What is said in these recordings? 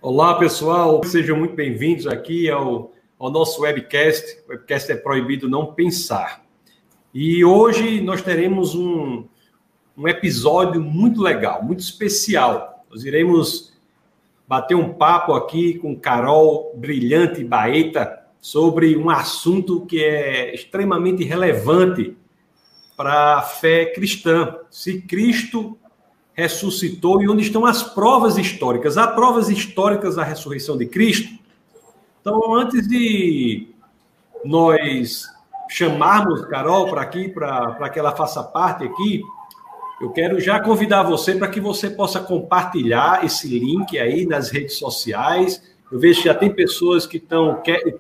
Olá, pessoal. Sejam muito bem-vindos aqui ao nosso webcast. O webcast é Proibido Não Pensar. E hoje nós teremos um episódio muito legal, muito especial. Nós iremos bater um papo aqui com Carol Brilhante Baeta sobre um assunto que é extremamente relevante para a fé cristã. Se Cristo ressuscitou e onde estão as provas históricas? Há provas históricas da ressurreição de Cristo? Então, antes de nós chamarmos Carol para aqui, para que ela faça parte aqui, eu quero já convidar você para que você possa compartilhar esse link aí nas redes sociais. Eu vejo que já tem pessoas que estão...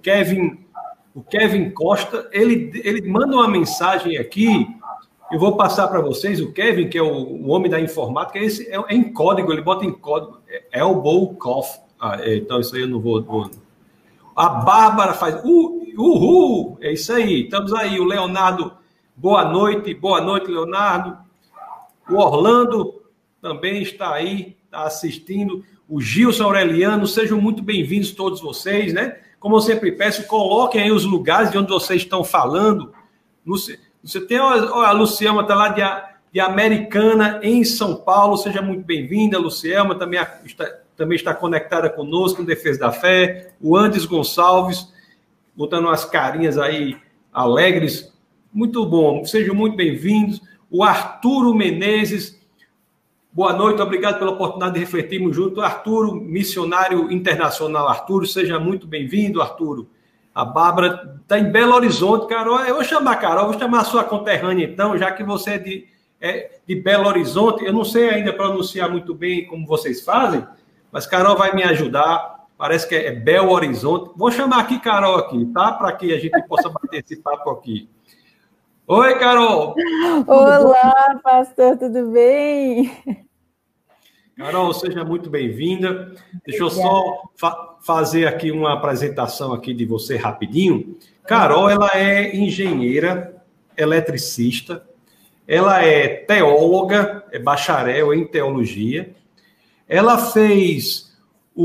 O Kevin Costa, ele manda uma mensagem aqui. Eu vou passar para vocês. O Kevin, que é o homem da informática, esse é em código, ele bota em código. Elbow Cough. Então isso aí eu não vou... A Bárbara faz... Uhul! É isso aí. Estamos aí. O Leonardo, boa noite. Boa noite, Leonardo. O Orlando também está aí, está assistindo. O Gilson Aureliano, sejam muito bem-vindos todos vocês, né? Como eu sempre peço, coloquem aí os lugares de onde vocês estão falando. Você tem a Lucielma, está lá de Americana, em São Paulo. Seja muito bem-vinda, Lucielma. Também está conectada conosco no Defesa da Fé. O Andes Gonçalves, botando umas carinhas aí alegres. Muito bom. Sejam muito bem-vindos. O Arturo Menezes. Boa noite, obrigado pela oportunidade de refletirmos junto. Arturo, missionário internacional. Arturo, seja muito bem-vindo, Arturo. A Bárbara está em Belo Horizonte, Carol. Eu vou chamar a Carol, vou chamar a sua conterrânea, então, já que você é de Belo Horizonte. Eu não sei ainda pronunciar muito bem como vocês fazem, mas Carol vai me ajudar. Parece que é Belo Horizonte. Vou chamar aqui Carol aqui, tá? Para que a gente possa bater esse papo aqui. Oi, Carol! Olá, pastor, tudo bem? Carol, seja muito bem-vinda. Deixa eu só fazer aqui uma apresentação aqui de você rapidinho. Carol, ela é engenheira, eletricista, ela é teóloga, é bacharel em teologia. Ela fez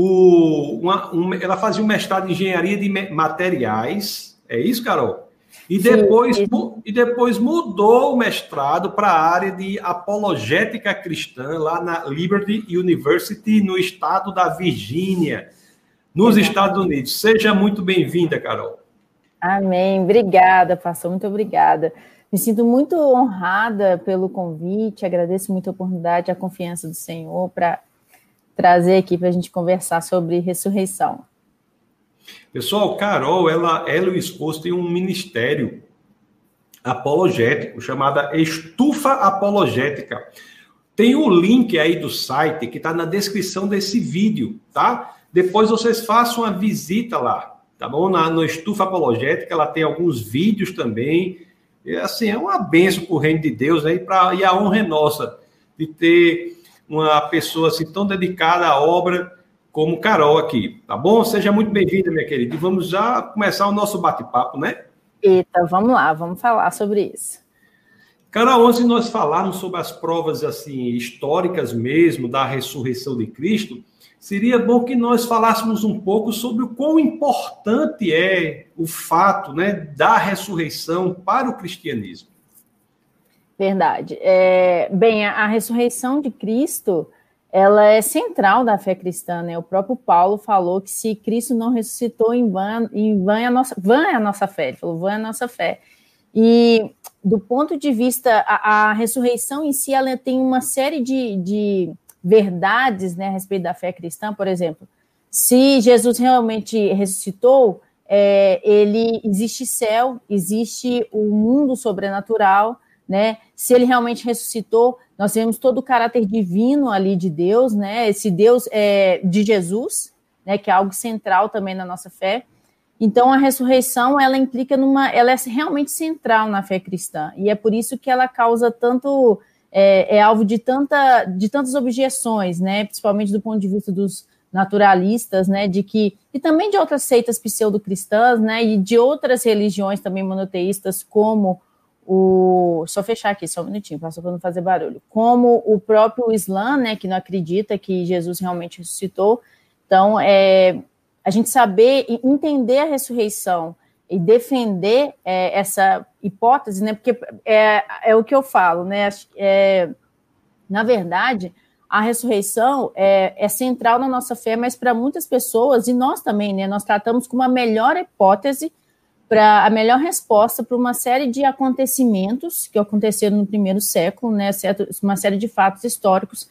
ela fazia um mestrado em engenharia de materiais. É isso, Carol? E depois mudou o mestrado para a área de apologética cristã, lá na Liberty University, no estado da Virgínia, nos Estados Unidos. Seja muito bem-vinda, Carol. Amém. Obrigada, pastor. Muito obrigada. Me sinto muito honrada pelo convite, agradeço muito a oportunidade, a confiança do Senhor para trazer aqui para a gente conversar sobre ressurreição. Pessoal, Carol, ela e o esposo têm um ministério apologético chamado Estufa Apologética. Tem o link aí do site que está na descrição desse vídeo, tá? Depois vocês façam uma visita lá, tá bom? No Estufa Apologética, ela tem alguns vídeos também. E, assim, é uma bênção para o reino de Deus, né? E a honra é nossa de ter uma pessoa assim tão dedicada à obra como Carol aqui, tá bom? Seja muito bem-vinda, minha querida. E vamos já começar o nosso bate-papo, né? Eita, vamos lá, vamos falar sobre isso. Carol, antes de nós falarmos sobre as provas assim históricas mesmo da ressurreição de Cristo, seria bom que nós falássemos um pouco sobre o quão importante é o fato, né, da ressurreição para o cristianismo. Verdade. Bem, a ressurreição de Cristo, ela é central da fé cristã, né? O próprio Paulo falou que se Cristo não ressuscitou, vã é a nossa fé. Ele falou, vã é a nossa fé. E do ponto de vista, a ressurreição em si, ela tem uma série de verdades, né, a respeito da fé cristã. Por exemplo, se Jesus realmente ressuscitou, existe céu, existe o mundo sobrenatural, né? Se ele realmente ressuscitou, nós vemos todo o caráter divino ali de Deus, né? Esse Deus de Jesus, né? Que é algo central também na nossa fé. Então, a ressurreição, ela implica ela é realmente central na fé cristã. E é por isso que ela causa tanto... É alvo de tantas objeções, né? Principalmente do ponto de vista dos naturalistas, né? E também de outras seitas pseudo-cristãs, né? E de outras religiões também monoteístas, como só fechar aqui, só um minutinho, para não fazer barulho. Como o próprio Islã, né, que não acredita que Jesus realmente ressuscitou, Então, a gente saber e entender a ressurreição e defender essa hipótese, né? Porque é o que eu falo, né? Na verdade, a ressurreição é central na nossa fé, mas para muitas pessoas, e nós também, né? Nós tratamos como a melhor hipótese, para a melhor resposta para uma série de acontecimentos que aconteceram no primeiro século, né? Uma série de fatos históricos,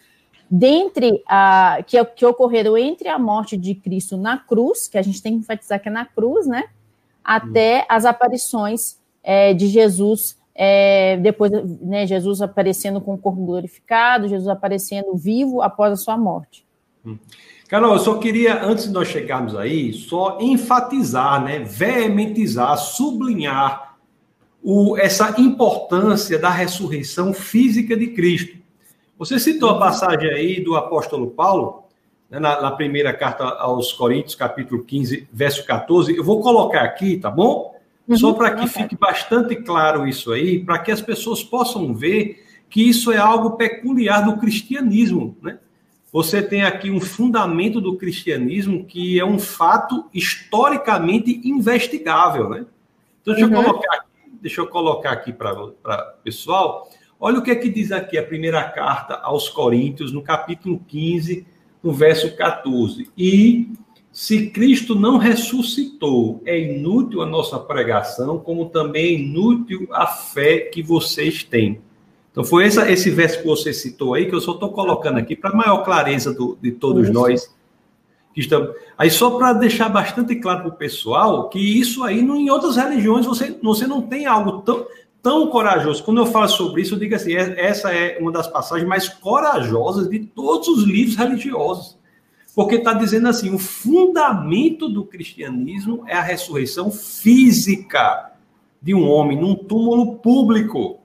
que ocorreram entre a morte de Cristo na cruz, que a gente tem que enfatizar que é na cruz, né? Até as aparições de Jesus, depois, né, Jesus aparecendo com o corpo glorificado, Jesus aparecendo vivo após a sua morte. Carol, eu só queria, antes de nós chegarmos aí, só enfatizar, né, veementizar, sublinhar essa importância da ressurreição física de Cristo. Você citou a passagem aí do apóstolo Paulo, né, na primeira carta aos Coríntios, capítulo 15, verso 14. Eu vou colocar aqui, tá bom? Só para que fique bastante claro isso aí, para que as pessoas possam ver que isso é algo peculiar do cristianismo, né? Você tem aqui um fundamento do cristianismo que é um fato historicamente investigável, né? Então, deixa eu colocar aqui para o pessoal. Olha o que é que diz aqui a primeira carta aos Coríntios, no capítulo 15, no verso 14. E se Cristo não ressuscitou, é inútil a nossa pregação, como também é inútil a fé que vocês têm. Então, foi esse verso que você citou aí, que eu só estou colocando aqui para maior clareza de todos nós que estamos. Aí, só para deixar bastante claro para o pessoal que isso aí, em outras religiões, você não tem algo tão corajoso. Quando eu falo sobre isso, eu digo assim, essa é uma das passagens mais corajosas de todos os livros religiosos. Porque está dizendo assim, o fundamento do cristianismo é a ressurreição física de um homem num túmulo público.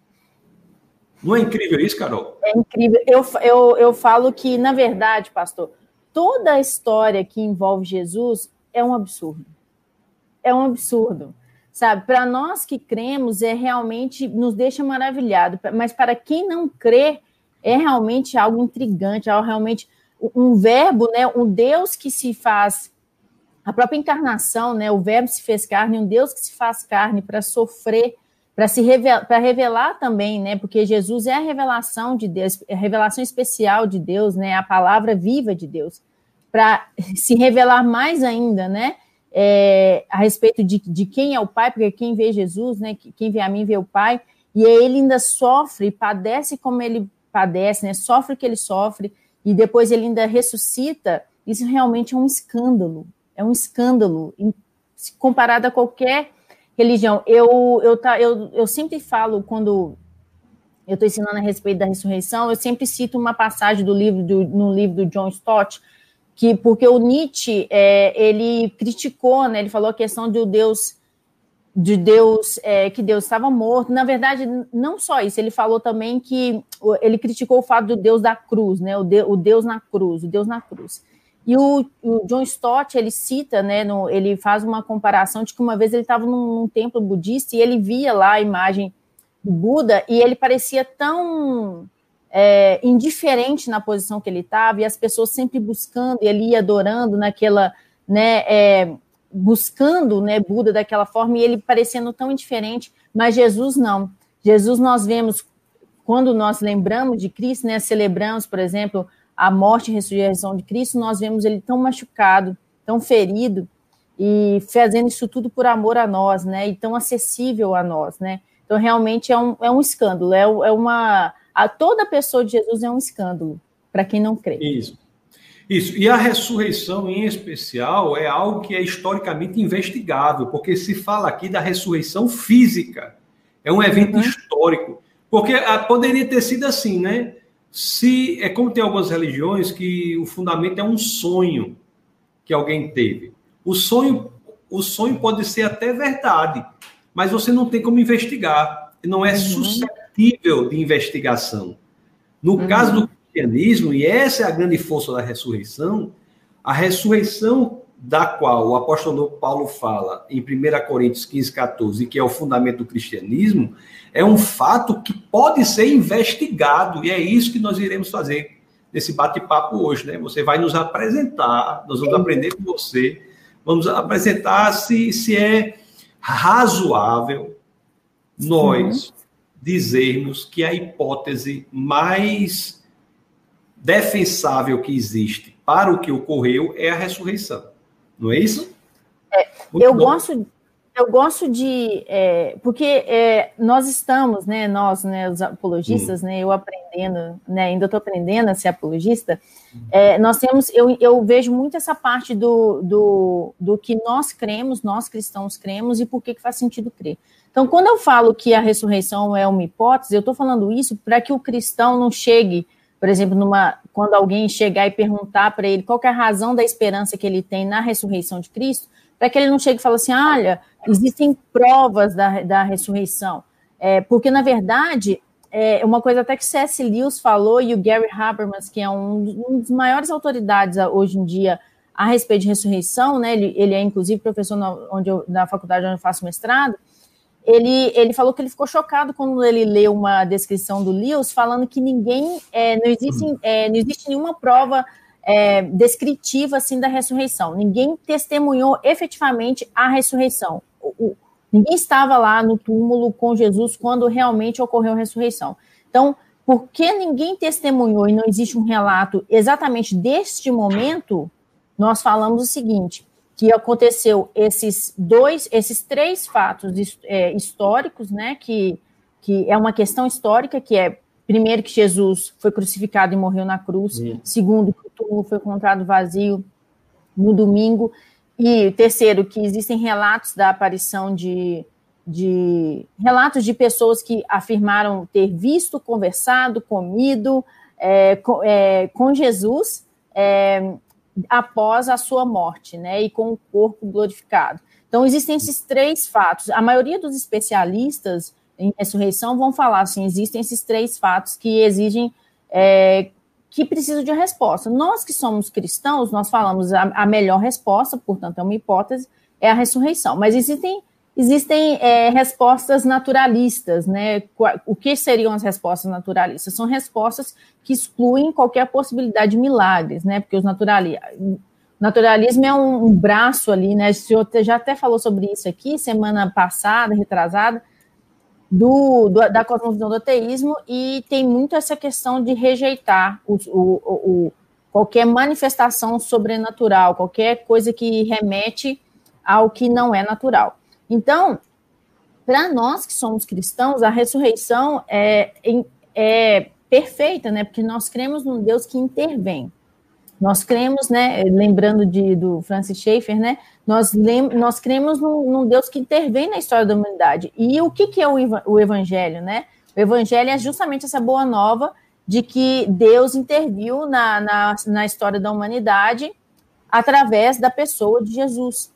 Não é incrível isso, Carol? É incrível. Eu falo que, na verdade, pastor, toda a história que envolve Jesus é um absurdo. É um absurdo, sabe? Para nós que cremos, realmente nos deixa maravilhado. Mas para quem não crê, é realmente algo intrigante, algo realmente um verbo, né? Um Deus que se faz, a própria encarnação, né? O verbo se fez carne, um Deus que se faz carne para sofrer, para revelar também, né? Porque Jesus é a revelação de Deus, a revelação especial de Deus, né? A palavra viva de Deus, para se revelar mais ainda, né? A respeito de quem é o Pai, porque quem vê Jesus, né? Quem vê a mim vê o Pai, e ele ainda sofre, padece como ele padece, né? Sofre o que ele sofre, e depois ele ainda ressuscita. Isso realmente é um escândalo, comparado a qualquer religião. Eu sempre falo, quando eu estou ensinando a respeito da ressurreição, eu sempre cito uma passagem no livro do John Stott, porque o Nietzsche, ele criticou, né, ele falou a questão que Deus estava morto. Na verdade, não só isso, ele falou também que ele criticou o fato do Deus da cruz, né, o Deus na cruz. E o John Stott, ele cita, né, ele faz uma comparação de que uma vez ele estava num templo budista e ele via lá a imagem do Buda e ele parecia tão indiferente na posição que ele estava, e as pessoas sempre buscando, e ele ia adorando naquela, né, buscando, né, Buda daquela forma, e ele parecendo tão indiferente, mas Jesus não. Jesus, nós vemos, quando nós lembramos de Cristo, né, celebramos, por exemplo, a morte e ressurreição de Cristo, nós vemos ele tão machucado, tão ferido, e fazendo isso tudo por amor a nós, né, e tão acessível a nós, né. Então, realmente é um escândalo, toda pessoa de Jesus é um escândalo, para quem não crê. Isso. E a ressurreição, em especial, é algo que é historicamente investigável, porque se fala aqui da ressurreição física. É um evento histórico. Porque poderia ter sido assim, né? É como tem algumas religiões que o fundamento é um sonho que alguém teve. O sonho pode ser até verdade, mas você não tem como investigar. Não é suscetível de investigação. No caso do cristianismo, e essa é a grande força da ressurreição, a ressurreição da qual o apóstolo Paulo fala em 1 Coríntios 15, 14, que é o fundamento do cristianismo, é um fato que pode ser investigado, e é isso que nós iremos fazer nesse bate-papo hoje, né? Você vai nos apresentar, nós vamos aprender com você, vamos apresentar se é razoável nós dizermos que a hipótese mais defensável que existe para o que ocorreu é a ressurreição. Não é isso? Eu gosto de... porque nós estamos, né, os apologistas, né, eu aprendendo, né, ainda estou aprendendo a ser apologista, nós temos... Eu vejo muito essa parte do que nós cremos, nós cristãos cremos, e por que faz sentido crer. Então, quando eu falo que a ressurreição é uma hipótese, eu estou falando isso para que o cristão não chegue, por exemplo, quando alguém chegar e perguntar para ele qual que é a razão da esperança que ele tem na ressurreição de Cristo, para que ele não chegue e fale assim, olha, existem provas da ressurreição. Porque, na verdade, uma coisa até que C.S. Lewis falou, e o Gary Habermas, que é um dos maiores autoridades hoje em dia a respeito de ressurreição, né, ele é, inclusive, professor na faculdade onde eu faço mestrado, ele falou que ele ficou chocado quando ele leu uma descrição do Lewis falando que não existe nenhuma prova descritiva assim da ressurreição. Ninguém testemunhou efetivamente a ressurreição. Ninguém estava lá no túmulo com Jesus quando realmente ocorreu a ressurreição. Então, porque ninguém testemunhou e não existe um relato exatamente deste momento, nós falamos o seguinte, que aconteceu esses três fatos históricos, né, que é uma questão histórica, que é, primeiro, que Jesus foi crucificado e morreu na cruz, segundo, que o túmulo foi encontrado vazio no domingo, e terceiro, que existem relatos da aparição relatos de pessoas que afirmaram ter visto, conversado, comido com Jesus, após a sua morte, né, e com o corpo glorificado. Então, existem esses três fatos. A maioria dos especialistas em ressurreição vão falar assim, existem esses três fatos que exigem, que precisam de resposta. Nós que somos cristãos, nós falamos a melhor resposta, portanto, é uma hipótese, é a ressurreição. Mas existem respostas naturalistas, né? O que seriam as respostas naturalistas? São respostas que excluem qualquer possibilidade de milagres, né? Porque o naturalismo é um braço ali, né? O senhor já até falou sobre isso aqui, semana passada, retrasada, da cosmovisão do ateísmo, e tem muito essa questão de rejeitar qualquer manifestação sobrenatural, qualquer coisa que remete ao que não é natural. Então, para nós que somos cristãos, a ressurreição é perfeita, né? Porque nós cremos num Deus que intervém. Nós cremos, né? Lembrando do Francis Schaeffer, né? Nós cremos num Deus que intervém na história da humanidade. E o que é o Evangelho, né? O Evangelho é justamente essa boa nova de que Deus interviu na história da humanidade através da pessoa de Jesus.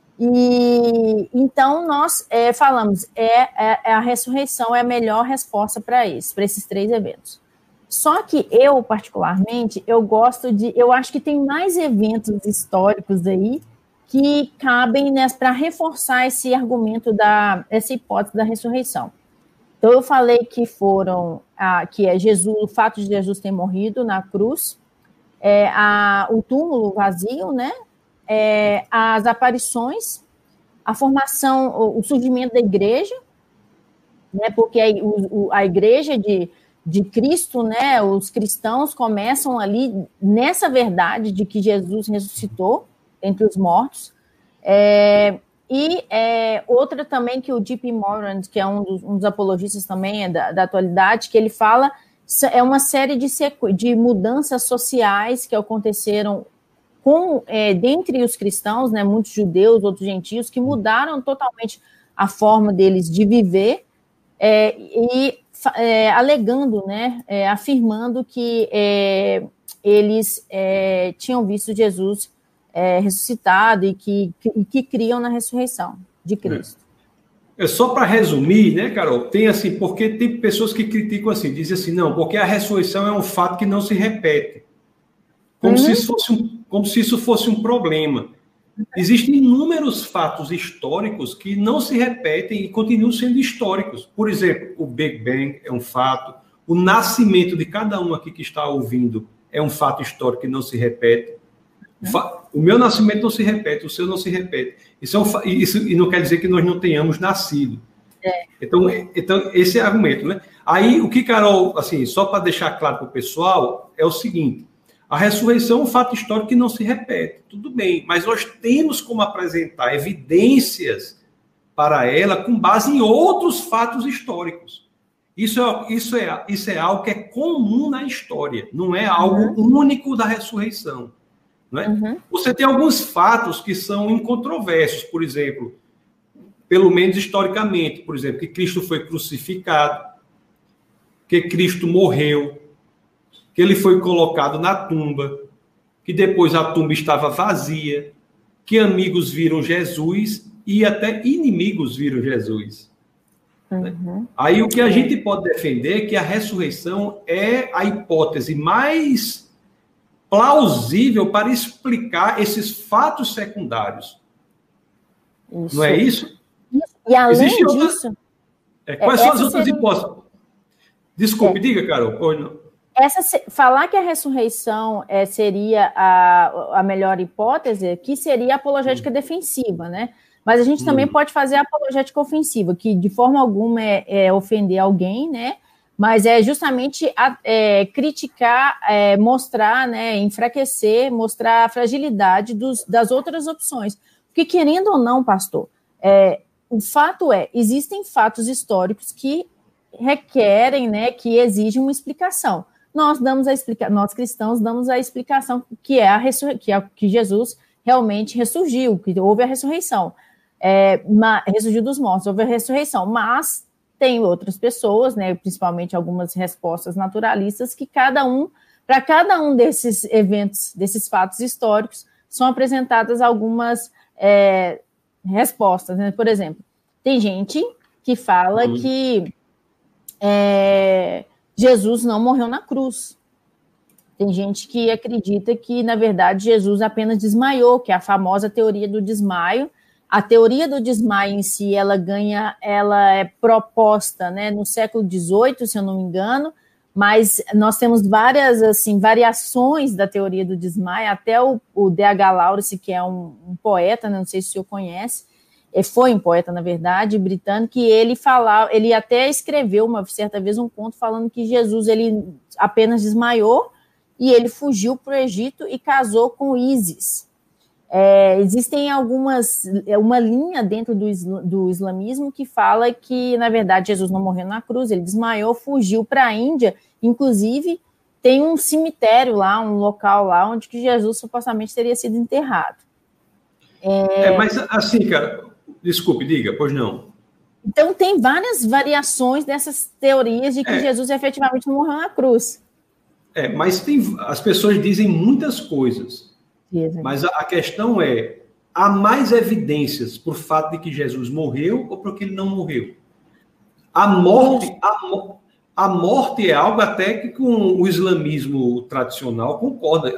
E então nós falamos, a ressurreição é a melhor resposta para esses três eventos. Só que eu, particularmente, eu acho que tem mais eventos históricos aí que cabem para reforçar esse argumento essa hipótese da ressurreição. Então eu falei que que é Jesus, o fato de Jesus ter morrido na cruz, o túmulo vazio, né? As aparições, a formação, o surgimento da igreja, né, porque a igreja de Cristo, né, os cristãos começam ali nessa verdade de que Jesus ressuscitou entre os mortos, outra também que o J.P. Moran, que é um dos apologistas também da atualidade, que ele fala, é uma série de mudanças sociais que aconteceram dentre os cristãos, né, muitos judeus, outros gentios, que mudaram totalmente a forma deles de viver, alegando, né, afirmando que eles tinham visto Jesus ressuscitado e que criam na ressurreição de Cristo. Só para resumir, né, Carol, tem assim, porque tem pessoas que criticam assim, dizem assim, não, porque a ressurreição é um fato que não se repete. Como se isso fosse um problema. Existem inúmeros fatos históricos que não se repetem e continuam sendo históricos. Por exemplo, o Big Bang é um fato, o nascimento de cada um aqui que está ouvindo é um fato histórico que não se repete. O meu nascimento não se repete, o seu não se repete. Isso não quer dizer que nós não tenhamos nascido. Então, esse é o argumento, né? Aí, o que Carol, assim, só para deixar claro para o pessoal, é o seguinte: a ressurreição é um fato histórico que não se repete, tudo bem, mas nós temos como apresentar evidências para ela com base em outros fatos históricos. Isso é algo que é comum na história, não é algo único da ressurreição. Não é? Você tem alguns fatos que são incontroversos, por exemplo, pelo menos historicamente, por exemplo, que Cristo foi crucificado, que Cristo morreu, que ele foi colocado na tumba, que depois a tumba estava vazia, que amigos viram Jesus e até inimigos viram Jesus. Aí o que a gente pode defender é que a ressurreição é a hipótese mais plausível para explicar esses fatos secundários. Isso. Não é isso? E além disso... Quais são as outras hipóteses? Desculpe, diga, Carol. Falar que a ressurreição seria a melhor hipótese, que seria a apologética defensiva, né? Mas a gente também pode fazer a apologética ofensiva, que de forma alguma é ofender alguém, né? Mas é justamente criticar, mostrar, né, enfraquecer, mostrar a fragilidade das outras opções. Porque, querendo ou não, pastor, o fato existem fatos históricos que requerem, né, que exigem uma explicação. Nós cristãos damos a explicação que que Jesus realmente ressurgiu, que houve a ressurreição. Ressurgiu dos mortos, houve a ressurreição, mas tem outras pessoas, né, principalmente algumas respostas naturalistas, que para cada um desses eventos, desses fatos históricos, são apresentadas algumas respostas, né? Por exemplo, tem gente que fala que Jesus não morreu na cruz. Tem gente que acredita que, na verdade, Jesus apenas desmaiou, que é a famosa teoria do desmaio. A teoria do desmaio em si, ela é proposta, né, no século XVIII, se eu não me engano, mas nós temos várias, assim, variações da teoria do desmaio. Até o D.H. Lawrence, que é um poeta, né, não sei se o senhor conhece, foi um poeta, na verdade, britânico, que ele até escreveu uma certa vez um conto falando que Jesus ele apenas desmaiou e ele fugiu para o Egito e casou com Ísis. Existem uma linha dentro do islamismo que fala que, na verdade, Jesus não morreu na cruz, ele desmaiou, fugiu para a Índia, inclusive tem um cemitério lá, um local lá, onde que Jesus supostamente teria sido enterrado. Mas assim, cara, desculpe, diga, pois não. Então tem várias variações dessas teorias de que Jesus efetivamente não morreu na cruz. Mas as pessoas dizem muitas coisas. Mas a questão há mais evidências por fato de que Jesus morreu ou porque ele não morreu? A morte é algo até que com o islamismo tradicional concorda.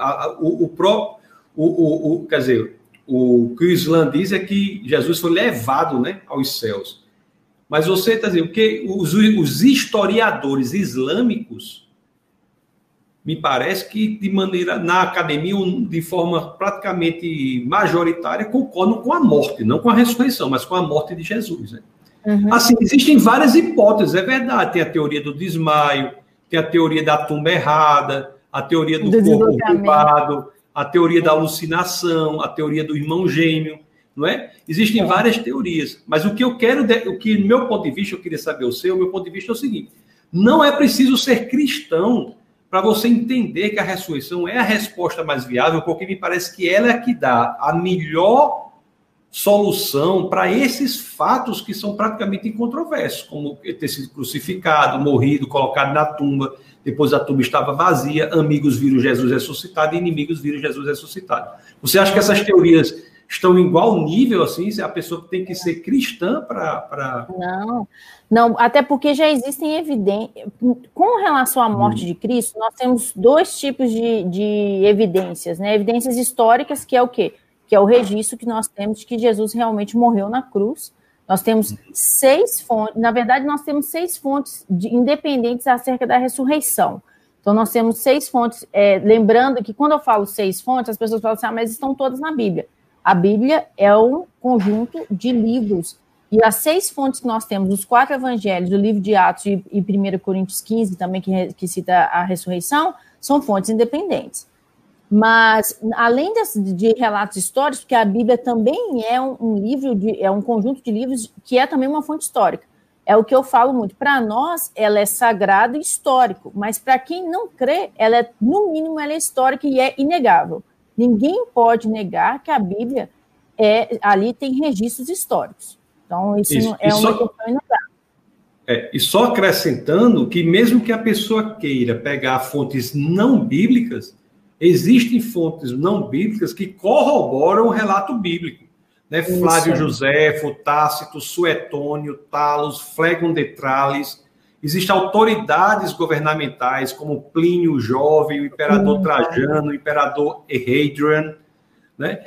Quer dizer, o que o Islã diz é que Jesus foi levado, né, aos céus. Mas você está dizendo que os historiadores islâmicos, me parece que na academia, de forma praticamente majoritária, concordam com a morte, não com a ressurreição, mas com a morte de Jesus. Né? Assim, existem várias hipóteses, é verdade. Tem a teoria do desmaio, tem a teoria da tumba errada, a teoria do corpo ocupado, a teoria da alucinação, a teoria do irmão gêmeo, não é? Existem várias teorias, mas o que do meu ponto de vista, eu queria saber o meu ponto de vista é o seguinte: não é preciso ser cristão para você entender que a ressurreição é a resposta mais viável, porque me parece que ela é a que dá a melhor solução para esses fatos que são praticamente incontroversos, como ter sido crucificado, morrido, colocado na tumba, depois a tumba estava vazia, amigos viram Jesus ressuscitado e inimigos viram Jesus ressuscitado. Você acha que essas teorias estão em igual nível, assim, se a pessoa tem que ser cristã para... Não, até porque já existem evidências. Com relação à morte de Cristo, nós temos dois tipos de evidências, né? Evidências históricas, que é o quê? Que é o registro que nós temos de que Jesus realmente morreu na cruz. Nós temos 6 fontes, na verdade, nós temos 6 fontes independentes acerca da ressurreição. Então, nós temos 6 fontes. Lembrando que quando eu falo 6 fontes, as pessoas falam assim, mas estão todas na Bíblia. A Bíblia é um conjunto de livros. E as 6 fontes que nós temos, os 4 evangelhos, o livro de Atos e 1 Coríntios 15, também que cita a ressurreição, são fontes independentes. Mas, além de relatos históricos, porque a Bíblia também é um livro, é um conjunto de livros que é também uma fonte histórica. É o que eu falo muito. Para nós, ela é sagrado e histórico, mas para quem não crê, no mínimo, ela é histórica e é inegável. Ninguém pode negar que a Bíblia ali tem registros históricos. Então, isso não é uma questão inegável. E só acrescentando que mesmo que a pessoa queira pegar fontes não bíblicas, existem fontes não bíblicas que corroboram o relato bíblico. Né? Flávio Joséfo, Tácito, Suetônio, Talos, Flegon de Tralles. Existem autoridades governamentais como Plínio o Jovem, o imperador Trajano, o imperador Hadrian. Né?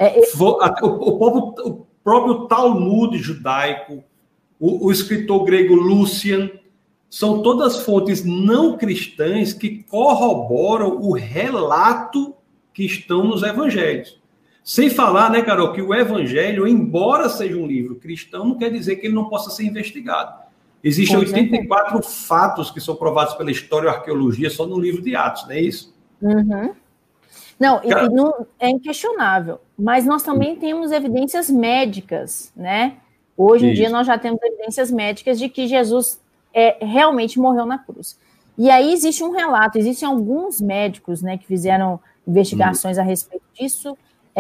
O próprio Talmud judaico, o escritor grego Lucian, são todas fontes não cristãs que corroboram o relato que estão nos evangelhos. Sem falar, né, Carol, que o evangelho, embora seja um livro cristão, não quer dizer que ele não possa ser investigado. Existem 84 fatos que são provados pela história e arqueologia só no livro de Atos, não é isso? Uhum. Não, é inquestionável. Mas nós também temos evidências médicas, né? Hoje em dia nós já temos evidências médicas de que Jesus realmente morreu na cruz. E aí existe um relato, existem alguns médicos, né, que fizeram investigações a respeito disso.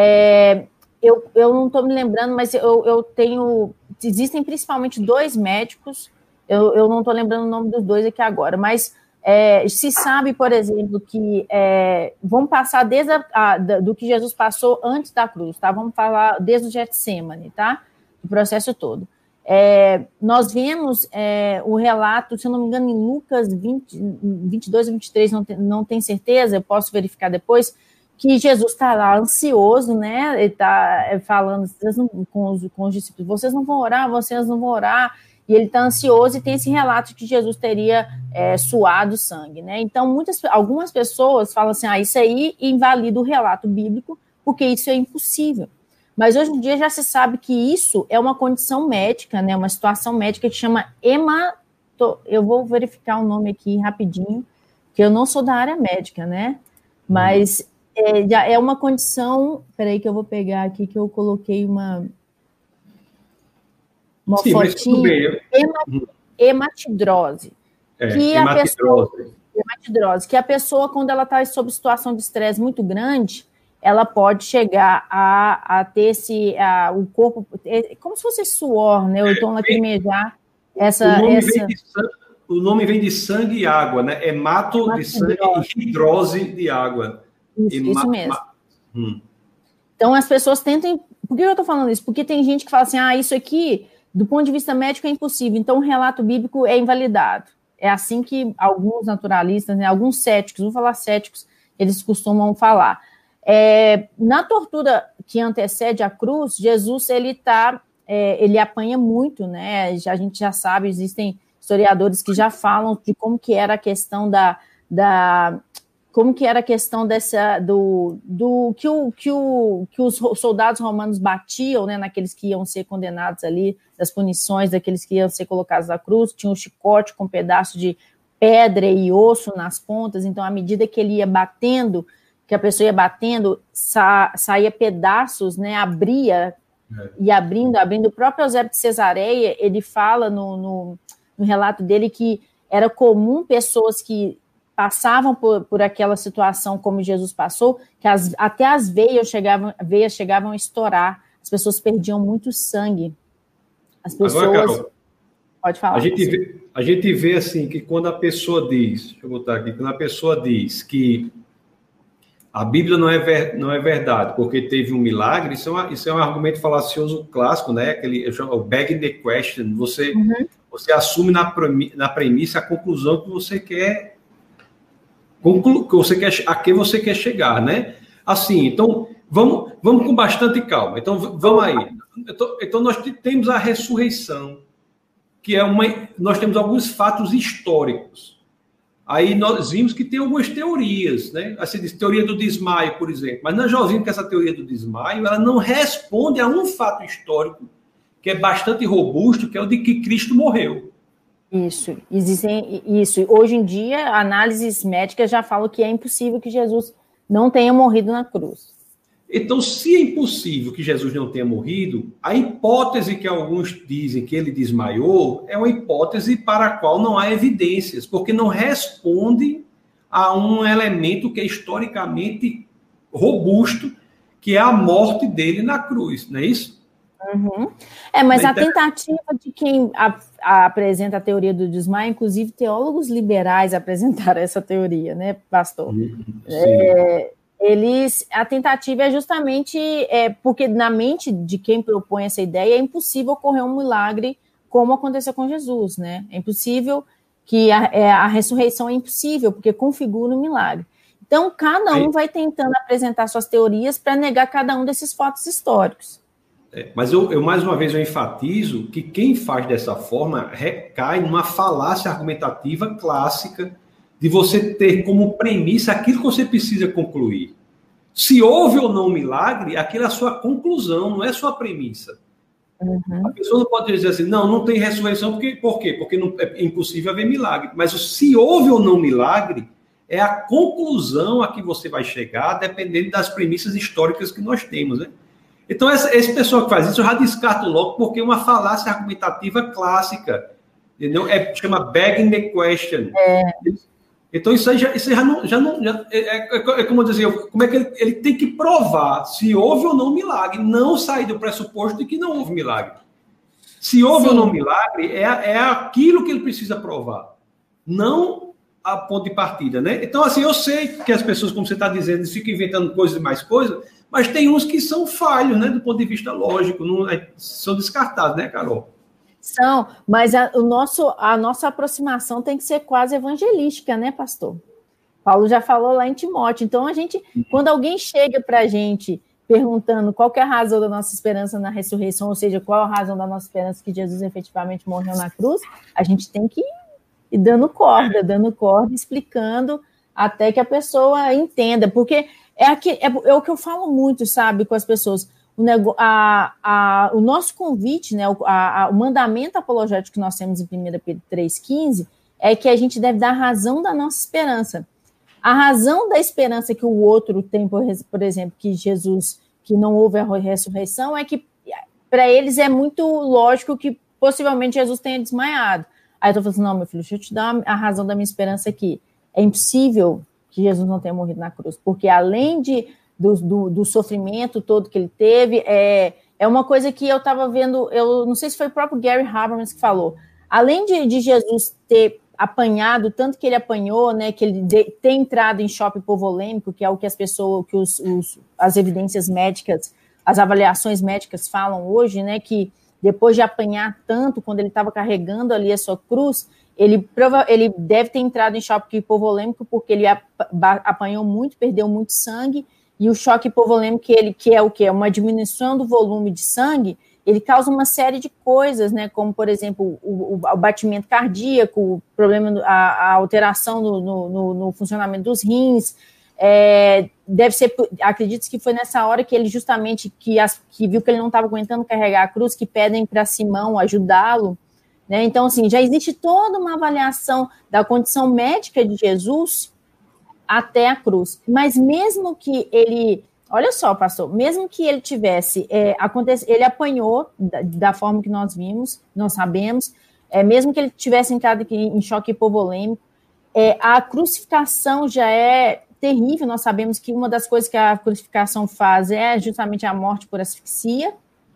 Eu não estou me lembrando, mas eu tenho... Existem principalmente 2 médicos, eu não estou lembrando o nome dos 2 aqui agora, mas se sabe, por exemplo, que vamos passar desde do que Jesus passou antes da cruz, tá? Vamos falar desde o Getsêmani, tá? O processo todo. Nós vemos o relato, se eu não me engano, em Lucas 22 ou 23, não tenho certeza, eu posso verificar depois, que Jesus está lá ansioso, né? Ele está falando com os discípulos, vocês não vão orar, e ele está ansioso, e tem esse relato que Jesus teria suado sangue, né? Então, algumas pessoas falam assim, isso aí invalida o relato bíblico, porque isso é impossível. Mas hoje em dia já se sabe que isso é uma condição médica, né? Uma situação médica que chama eu vou verificar o nome aqui rapidinho, que eu não sou da área médica, né? Mas já é uma condição... Peraí que eu vou pegar aqui, que eu coloquei uma fotinha. Hematidrose. Hematidrose, que a pessoa, quando ela está sob situação de estresse muito grande, ela pode chegar a ter o corpo, como se fosse suor, né? Ou então lacrimejar. O nome vem de sangue e água, né? Hemato de sangue e hidrose de água. Isso mesmo. Então, as pessoas tentam... Por que eu estou falando isso? Porque tem gente que fala assim, isso aqui, do ponto de vista médico, é impossível. Então, o relato bíblico é invalidado. É assim que alguns naturalistas, né, alguns céticos, vou falar céticos, eles costumam falar. Na tortura que antecede a cruz, Jesus ele apanha muito, né? A gente já sabe, existem historiadores que já falam de como que era a questão como que era a questão que os soldados romanos batiam, né, naqueles que iam ser condenados ali, das punições daqueles que iam ser colocados na cruz, tinha um chicote com um pedaço de pedra e osso nas pontas, então à medida que ele ia batendo, que a pessoa ia batendo, saía pedaços, né, abria, e abrindo, o próprio Eusébio de Cesareia, ele fala no relato dele que era comum pessoas que passavam por aquela situação como Jesus passou, que até as veias chegavam a estourar, as pessoas perdiam muito sangue. As pessoas... Agora, Carol, pode falar. A gente vê assim, que quando a pessoa diz, deixa eu botar aqui, quando a pessoa diz que a Bíblia não é verdade, porque teve um milagre, isso é um argumento falacioso clássico, né? O begging the question, você assume na premissa a conclusão que você quer... a que você quer chegar, né? Assim, então, vamos com bastante calma. Então, vamos aí. Então, nós temos a ressurreição, que nós temos alguns fatos históricos. Aí nós vimos que tem algumas teorias, né? Assim, teoria do desmaio, por exemplo. Mas nós já vimos que essa teoria do desmaio, ela não responde a um fato histórico que é bastante robusto, que é o de que Cristo morreu. Isso. Hoje em dia, análises médicas já falam que é impossível que Jesus não tenha morrido na cruz. Então, se é impossível que Jesus não tenha morrido, a hipótese que alguns dizem que ele desmaiou é uma hipótese para a qual não há evidências, porque não responde a um elemento que é historicamente robusto, que é a morte dele na cruz, não é isso? Uhum. Mas a tentativa de quem apresenta a teoria do desmaio, inclusive teólogos liberais apresentaram essa teoria, né, pastor? A tentativa é justamente porque na mente de quem propõe essa ideia é impossível ocorrer um milagre como aconteceu com Jesus, né? É impossível que a ressurreição é impossível, porque configura um milagre. Então, cada um vai tentando apresentar suas teorias para negar cada um desses fatos históricos. Mas eu mais uma vez eu enfatizo que quem faz dessa forma recai numa falácia argumentativa clássica de você ter como premissa aquilo que você precisa concluir. Se houve ou não um milagre, aquilo é a sua conclusão, não é a sua premissa. Uhum. A pessoa não pode dizer assim, não tem ressurreição, por quê? Porque não, é impossível haver milagre. Mas se houve ou não milagre, é a conclusão a que você vai chegar, dependendo das premissas históricas que nós temos, né? Então, esse pessoal que faz isso, eu já descarto logo, porque é uma falácia argumentativa clássica, entendeu? Chama begging the question. Então, isso aí é como dizer, como é que ele tem que provar se houve ou não milagre, não sair do pressuposto de que não houve milagre. Se houve ou não milagre, é aquilo que ele precisa provar, não a ponto de partida, né? Então, assim, eu sei que as pessoas, como você está dizendo, eles ficam inventando coisas e mais coisas, mas tem uns que são falhos, né, do ponto de vista lógico, são descartados, né, Carol? São, mas a nossa aproximação tem que ser quase evangelística, né, pastor? Paulo já falou lá em Timóteo. Então, quando alguém chega para a gente perguntando qual que é a razão da nossa esperança na ressurreição, ou seja, qual a razão da nossa esperança que Jesus efetivamente morreu na cruz, a gente tem que ir dando corda, explicando até que a pessoa entenda, porque é o que eu falo muito, sabe, com as pessoas. O nosso convite, né, o mandamento apologético que nós temos em 1 Pedro 3,15 é que a gente deve dar a razão da nossa esperança. A razão da esperança que o outro tem, por exemplo, que Jesus, que não houve a ressurreição, é que para eles é muito lógico que possivelmente Jesus tenha desmaiado. Aí eu estou falando assim, não, meu filho, deixa eu te dar a razão da minha esperança aqui. É impossível que Jesus não tenha morrido na cruz, porque além do sofrimento todo que ele teve, é uma coisa que eu estava vendo, eu não sei se foi o próprio Gary Habermas que falou, além de Jesus ter apanhado, tanto que ele apanhou, né, que ele ter entrado em choque hipovolêmico, que é o que as pessoas, que as evidências médicas, as avaliações médicas falam hoje, né, que depois de apanhar tanto, quando ele estava carregando ali a sua cruz, ele deve ter entrado em choque hipovolêmico porque ele apanhou muito, perdeu muito sangue, e o choque hipovolêmico, que é o quê? Uma diminuição do volume de sangue, ele causa uma série de coisas, né, como, por exemplo, o batimento cardíaco, o problema, a alteração no funcionamento dos rins. Deve ser, acredito que foi nessa hora que ele justamente, que viu que ele não estava aguentando carregar a cruz, que pedem para Simão ajudá-lo, né? Então, assim, já existe toda uma avaliação da condição médica de Jesus até a cruz. Mas mesmo que ele, olha só, pastor, mesmo que ele tivesse, ele apanhou da forma que nós vimos, nós sabemos, mesmo que ele tivesse entrado em choque hipovolêmico, a crucificação já é terrível. Nós sabemos que uma das coisas que a crucificação faz é justamente a morte por asfixia.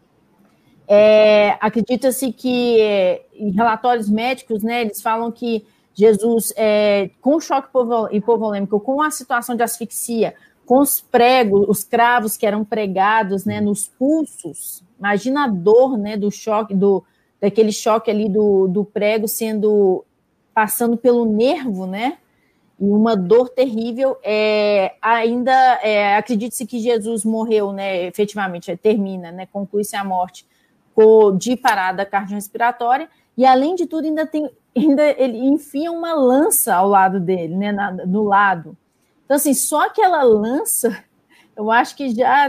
Acredita-se que em relatórios médicos, né, eles falam que Jesus, com choque hipovolêmico, com a situação de asfixia, com os pregos, os cravos que eram pregados, né, nos pulsos, imagina a dor, né, do choque, daquele choque ali do prego passando pelo nervo, né, e uma dor terrível. Acredite-se que Jesus morreu, né, efetivamente, termina, né, conclui-se a morte de parada cardiorrespiratória, e além de tudo ainda tem ele enfia uma lança ao lado dele, né, no lado. Então, assim, só aquela lança, eu acho que já,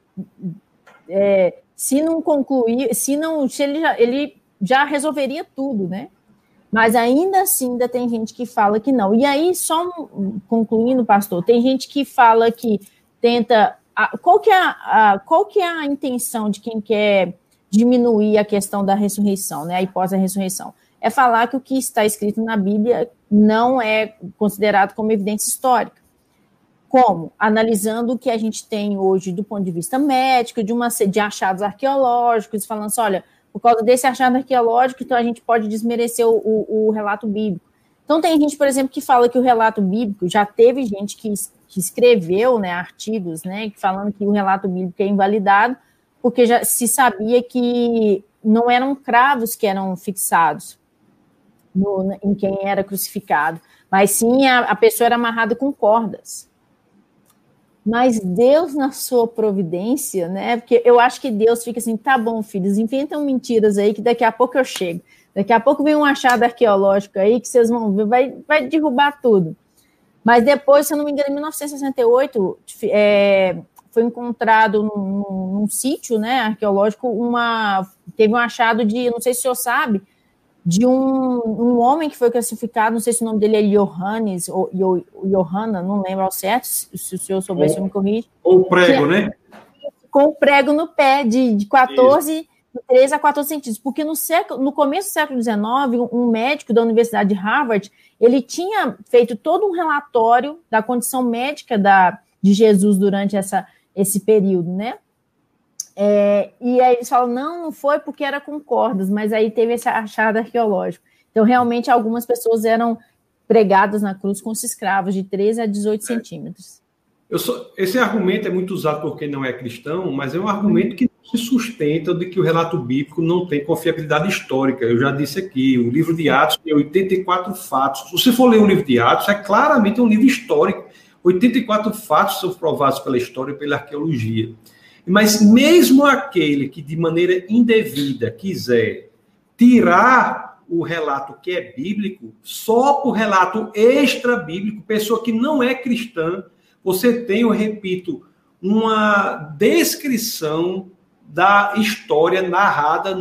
se não concluir, se ele já resolveria tudo, né? Mas ainda assim, ainda tem gente que fala que não. E aí, só concluindo, pastor, tem gente que fala que tenta... Qual que é a intenção de quem quer diminuir a questão da ressurreição, né? A hipótese da ressurreição? É falar que o que está escrito na Bíblia não é considerado como evidência histórica. Como? Analisando o que a gente tem hoje do ponto de vista médico, de achados arqueológicos, falando assim, olha, por causa desse achado arqueológico, então a gente pode desmerecer o relato bíblico. Então tem gente, por exemplo, que fala que o relato bíblico, já teve gente que escreveu, né, artigos, né, falando que o relato bíblico é invalidado, porque já se sabia que não eram cravos que eram fixados em quem era crucificado, mas sim a pessoa era amarrada com cordas. Mas Deus, na sua providência, né? Porque eu acho que Deus fica assim, tá bom, filhos, inventam mentiras aí que daqui a pouco eu chego. Daqui a pouco vem um achado arqueológico aí que vocês vão ver, vai derrubar tudo. Mas depois, se eu não me engano, em 1968, foi encontrado num sítio, né, arqueológico, teve um achado não sei se o senhor sabe, de um homem que foi classificado, não sei se o nome dele é Johannes ou Johanna, não lembro ao certo, se o senhor souber, se eu me corrige. Ou prego, né? Com o prego no pé, de 13 a 14 centímetros, porque no começo do século XIX, um médico da Universidade de Harvard, ele tinha feito todo um relatório da condição médica de Jesus durante esse período, né? E aí eles falam, não foi porque era com cordas, mas aí teve esse achado arqueológico. Então, realmente, algumas pessoas eram pregadas na cruz com os escravos, de 13 a 18 centímetros. Esse argumento é muito usado por quem não é cristão, mas é um argumento que não se sustenta de que o relato bíblico não tem confiabilidade histórica. Eu já disse aqui, o livro de Atos tem 84 fatos. Se você for ler o livro de Atos, é claramente um livro histórico. 84 fatos são provados pela história e pela arqueologia. Mas mesmo aquele que, de maneira indevida, quiser tirar o relato que é bíblico, só por relato extra-bíblico, pessoa que não é cristã, você tem, eu repito, uma descrição da história narrada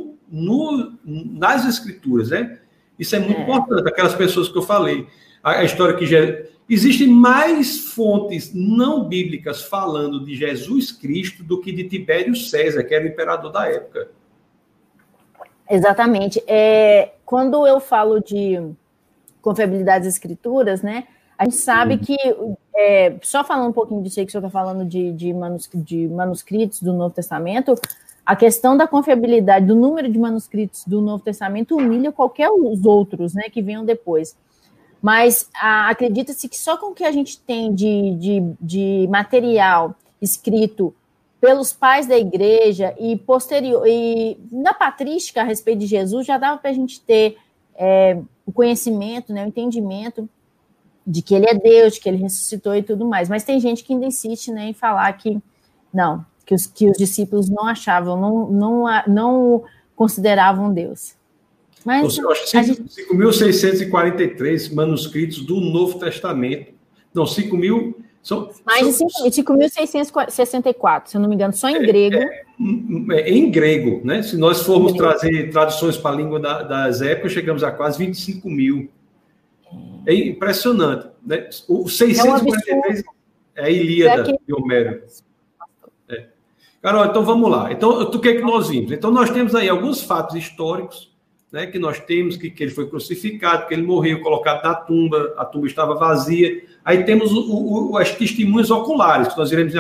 nas escrituras, né? Isso é muito importante, aquelas pessoas que eu falei. A história que já... Existem mais fontes não bíblicas falando de Jesus Cristo do que de Tibério César, que era o imperador da época. Exatamente. Quando eu falo de confiabilidade das escrituras, né, a gente sabe que, só falando um pouquinho disso aí que o senhor está falando de manuscritos do Novo Testamento, a questão da confiabilidade do número de manuscritos do Novo Testamento humilha qualquer os outros, né, que venham depois. Mas acredita-se que só com o que a gente tem de material escrito pelos pais da igreja e na patrística a respeito de Jesus, já dava para a gente ter o conhecimento, né, o entendimento de que ele é Deus, de que ele ressuscitou e tudo mais. Mas tem gente que ainda insiste, né, em falar que não, que os discípulos não achavam, não consideravam Deus. Mas eu acho que 5.643 manuscritos do Novo Testamento. Não, 5.000... Mais de 5.664, se eu não me engano, só em grego. Em grego, né? Se nós formos trazer traduções para a língua das épocas, chegamos a quase 25 mil. É impressionante, né? O 643 é a Ilíada de Homero. Carol, então vamos lá. Então, o que é que nós vimos? Então, nós temos aí alguns fatos históricos, né, que nós temos, que ele foi crucificado, que ele morreu, colocado na tumba, a tumba estava vazia. Aí temos as testemunhas oculares, que nós iremos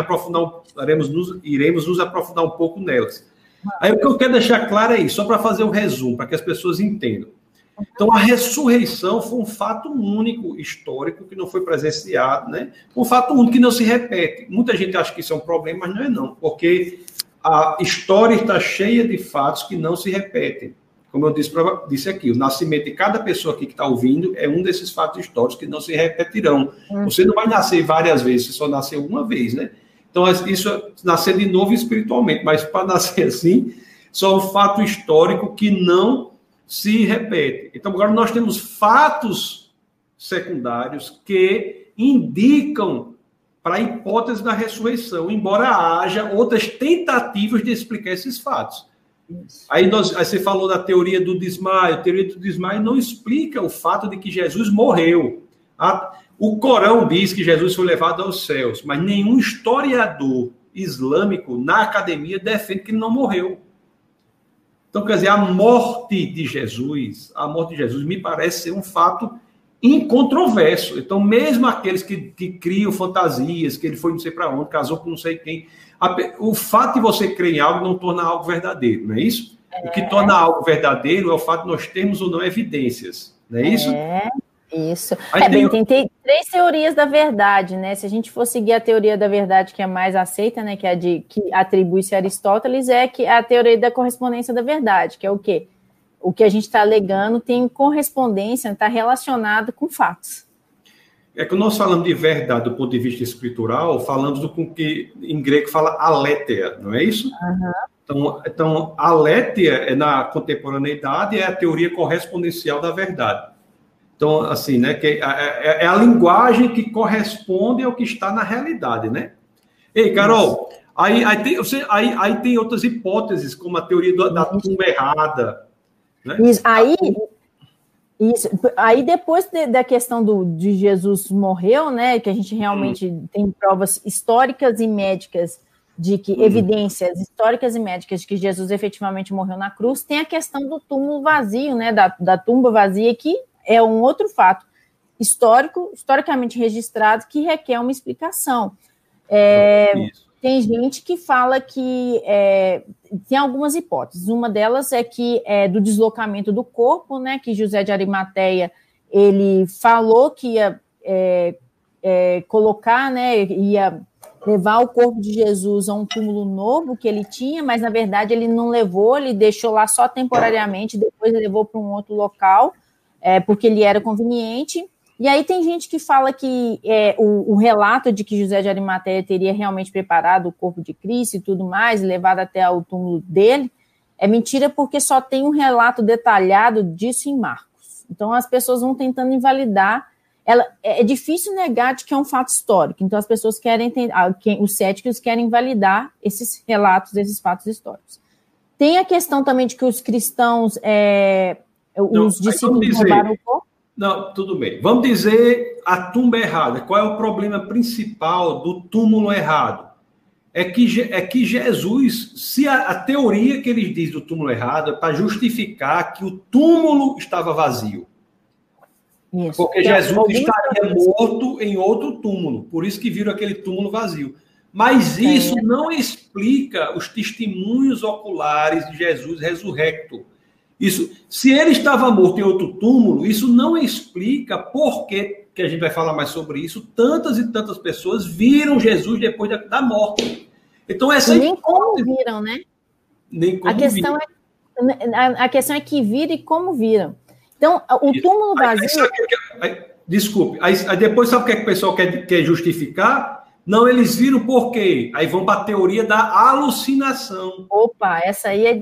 nos aprofundar um pouco nelas. Aí o que eu quero deixar claro é isso, só para fazer um resumo, para que as pessoas entendam. Então, a ressurreição foi um fato único, histórico, que não foi presenciado, né? Um fato único que não se repete. Muita gente acha que isso é um problema, mas não é não, porque a história está cheia de fatos que não se repetem. Como eu disse aqui, o nascimento de cada pessoa aqui que está ouvindo é um desses fatos históricos que não se repetirão. Você não vai nascer várias vezes, você só nasceu uma vez, né? Então, isso é nascer de novo espiritualmente, mas para nascer assim, só um fato histórico que não se repete. Então, agora nós temos fatos secundários que indicam para a hipótese da ressurreição, embora haja outras tentativas de explicar esses fatos. Aí você falou da teoria do desmaio. A teoria do desmaio não explica o fato de que Jesus morreu. O Corão diz que Jesus foi levado aos céus, mas nenhum historiador islâmico na academia defende que ele não morreu. Então, quer dizer, a morte de Jesus me parece ser um fato incontroverso. Então, mesmo aqueles que criam fantasias, que ele foi não sei para onde, casou com não sei quem, o fato de você crer em algo não torna algo verdadeiro, não é isso? O que torna algo verdadeiro é o fato de nós termos ou não evidências, não é isso? Isso. Tem três teorias da verdade, né? Se a gente for seguir a teoria da verdade que é mais aceita, né, que é que atribui-se a Aristóteles, que é a teoria da correspondência da verdade, que é o quê? O que a gente está alegando tem correspondência, está relacionado com fatos. É que nós falamos de verdade do ponto de vista escritural, falamos do que em grego fala aletheia, não é isso? Uhum. Então, aletheia na contemporaneidade é a teoria correspondencial da verdade. Então, assim, né, que é a linguagem que corresponde ao que está na realidade, né? Ei, Carol, aí tem outras hipóteses, como a teoria da tumba errada. Né? Aí depois da questão de Jesus morreu, né, que a gente realmente tem provas históricas e médicas de que, evidências históricas e médicas de que Jesus efetivamente morreu na cruz, tem a questão do túmulo vazio, né, da tumba vazia, que é um outro fato historicamente registrado, que requer uma explicação. Tem gente que fala que tem algumas hipóteses. Uma delas é que do deslocamento do corpo, né, que José de Arimateia ele falou que ia colocar, né, ia levar o corpo de Jesus a um túmulo novo que ele tinha, mas na verdade ele não levou, ele deixou lá só temporariamente, depois ele levou para um outro local, porque ele era conveniente. E aí tem gente que fala que o relato de que José de Arimateia teria realmente preparado o corpo de Cristo e tudo mais, levado até o túmulo dele, é mentira, porque só tem um relato detalhado disso em Marcos. Então as pessoas vão tentando invalidar. É difícil negar de que é um fato histórico, então as pessoas querem, os céticos querem invalidar esses relatos, esses fatos históricos. Tem a questão também de que os cristãos, os discípulos roubaram o corpo. Não, tudo bem. Vamos dizer a tumba errada. Qual é o problema principal do túmulo errado? É que Jesus, se a teoria que eles dizem do túmulo errado é para justificar que o túmulo estava vazio. Isso. Porque Jesus estaria morto em outro túmulo. Por isso que viram aquele túmulo vazio. Mas isso não explica os testemunhos oculares de Jesus ressurrecto. Isso, se ele estava morto em outro túmulo, isso não explica por que a gente vai falar mais sobre isso, tantas e tantas pessoas viram Jesus depois da morte. Então, nem como viram, né? Nem como viram. A questão é que viram e como viram. Então, o túmulo vazio... Desculpe, aí depois sabe o que o pessoal quer justificar? Não, eles viram por quê? Aí vão para a teoria da alucinação. Opa, essa aí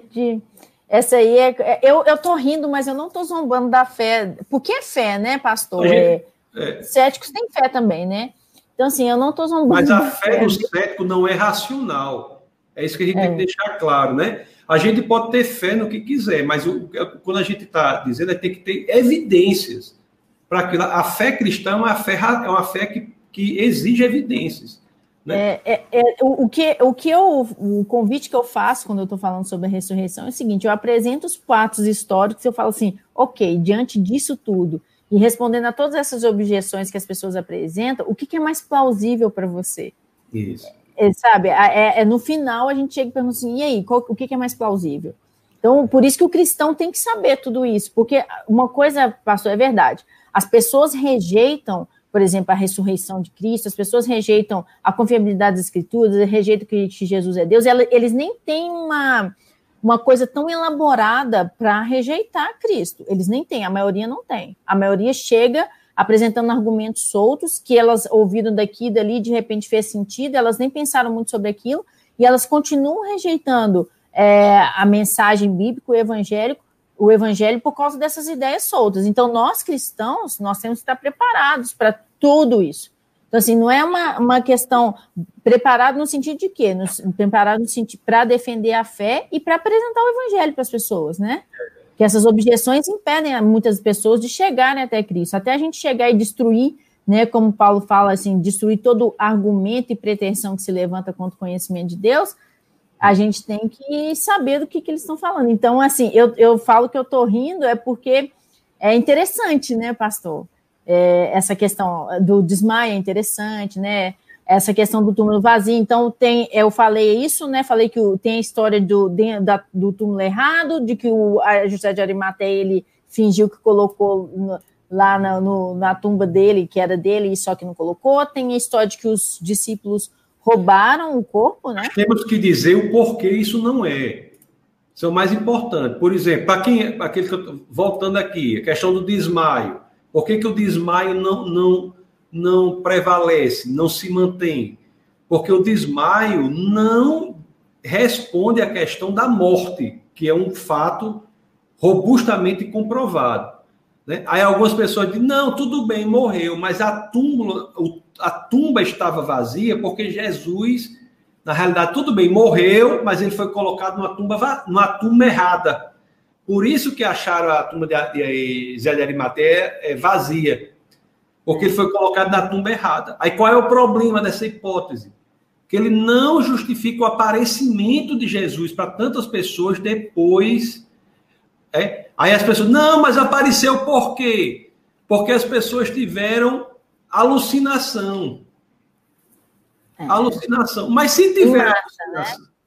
eu tô rindo, mas eu não tô zombando da fé, porque é fé, né, pastor? Céticos têm fé também, né? Então, assim, eu não tô zombando. Mas a fé do cético não é racional. É isso que a gente tem que deixar claro, né? A gente pode ter fé no que quiser, mas quando a gente está dizendo, tem que ter evidências. Para aquilo. A fé cristã é uma fé que exige evidências. Né? O convite que eu faço quando eu estou falando sobre a ressurreição é o seguinte: eu apresento os fatos históricos e eu falo assim, ok, diante disso tudo, e respondendo a todas essas objeções que as pessoas apresentam, o que é mais plausível para você? Isso. Sabe, no final a gente chega e pergunta assim, e aí, o que é mais plausível? Então, por isso que o cristão tem que saber tudo isso, porque uma coisa, pastor, é verdade, as pessoas rejeitam, por exemplo, a ressurreição de Cristo, as pessoas rejeitam a confiabilidade das Escrituras, rejeitam que Jesus é Deus, eles nem têm uma coisa tão elaborada para rejeitar Cristo, eles nem têm, a maioria não tem, a maioria chega apresentando argumentos soltos, que elas ouviram daqui e dali, de repente fez sentido, elas nem pensaram muito sobre aquilo, e elas continuam rejeitando a mensagem bíblica, o evangélico, o evangelho por causa dessas ideias soltas. Então, nós cristãos, nós temos que estar preparados para tudo isso. Então, assim, não é uma questão preparado no sentido de quê? Preparado no sentido para defender a fé e para apresentar o evangelho para as pessoas, né? Que essas objeções impedem muitas pessoas de chegarem até Cristo. Até a gente chegar e destruir, né, como Paulo fala, assim, destruir todo argumento e pretensão que se levanta contra o conhecimento de Deus, a gente tem que saber do que eles estão falando. Então, assim, eu falo que eu estou rindo é porque é interessante, né, pastor? Essa questão do desmaio é interessante, né? Essa questão do túmulo vazio. Então, eu falei isso, né? Falei que tem a história do túmulo errado, de que a José de Arimateia, ele fingiu que colocou lá na tumba dele, que era dele, só que não colocou. Tem a história de que os discípulos roubaram o corpo, né? Temos que dizer o porquê isso não é. Isso é o mais importante. Por exemplo, aquele que eu tô voltando aqui, a questão do desmaio. Por que o desmaio não prevalece, não se mantém? Porque o desmaio não responde à questão da morte, que é um fato robustamente comprovado, né? Aí algumas pessoas dizem, não, tudo bem, morreu, mas a tumba estava vazia porque Jesus, na realidade, tudo bem, morreu, mas ele foi colocado numa tumba errada. Por isso que acharam a tumba de Zé de Arimateia vazia, porque ele foi colocado na tumba errada. Aí qual é o problema dessa hipótese? Que ele não justifica o aparecimento de Jesus para tantas pessoas depois. Aí as pessoas, não, mas apareceu por quê? Porque as pessoas tiveram alucinação. Alucinação. Mas se tiver alucinação, né?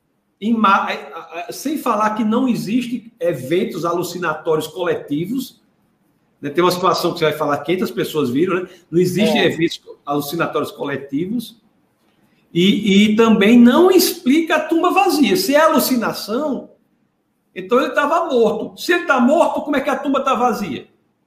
Sem falar que não existem eventos alucinatórios coletivos, né? Tem uma situação que você vai falar, 500 pessoas viram, né? Não existem eventos alucinatórios coletivos, e também não explica a tumba vazia. Se é alucinação, então ele estava morto. Se ele está morto, como é que a tumba está vazia?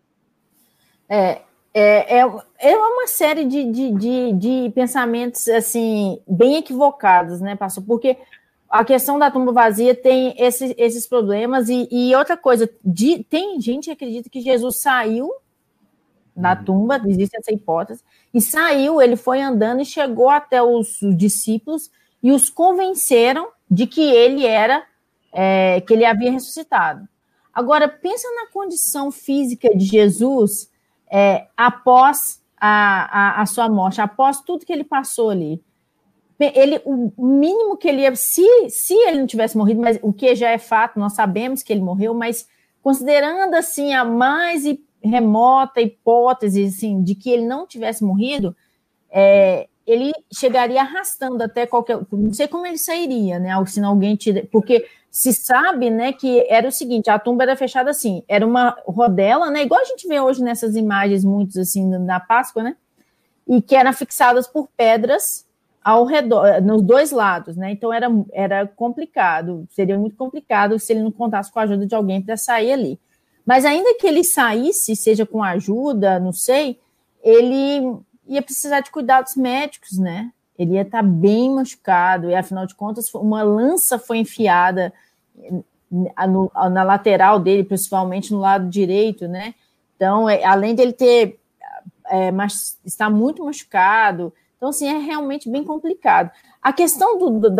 É uma série de pensamentos, assim, bem equivocados, né, pastor? Porque a questão da tumba vazia tem esses problemas, e outra coisa, tem gente que acredita que Jesus saiu na tumba, existe essa hipótese, e saiu, ele foi andando e chegou até os discípulos e os convenceram de que ele que ele havia ressuscitado. Agora, pensa na condição física de Jesus após a sua morte, após tudo que ele passou ali. O mínimo que ele ia, se ele não tivesse morrido, mas o que já é fato, nós sabemos que ele morreu, mas considerando assim a mais remota hipótese assim, de que ele não tivesse morrido, ele chegaria arrastando até não sei como ele sairia, né? Se alguém porque se sabe, né, que era o seguinte, a tumba era fechada assim, era uma rodela, né? Igual a gente vê hoje nessas imagens muitos assim na Páscoa, né? E que eram fixadas por pedras ao redor, nos dois lados, né? Então era complicado, seria muito complicado se ele não contasse com a ajuda de alguém para sair ali. Mas ainda que ele saísse, seja com ajuda, não sei, ele ia precisar de cuidados médicos, né? Ele ia estar bem machucado, e afinal de contas, uma lança foi enfiada na lateral dele, principalmente no lado direito, né? Então, além dele estar muito machucado, então, assim, é realmente bem complicado. A questão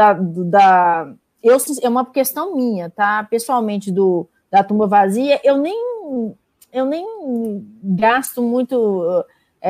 é uma questão minha, tá? Pessoalmente, da tumba vazia, eu nem gasto muito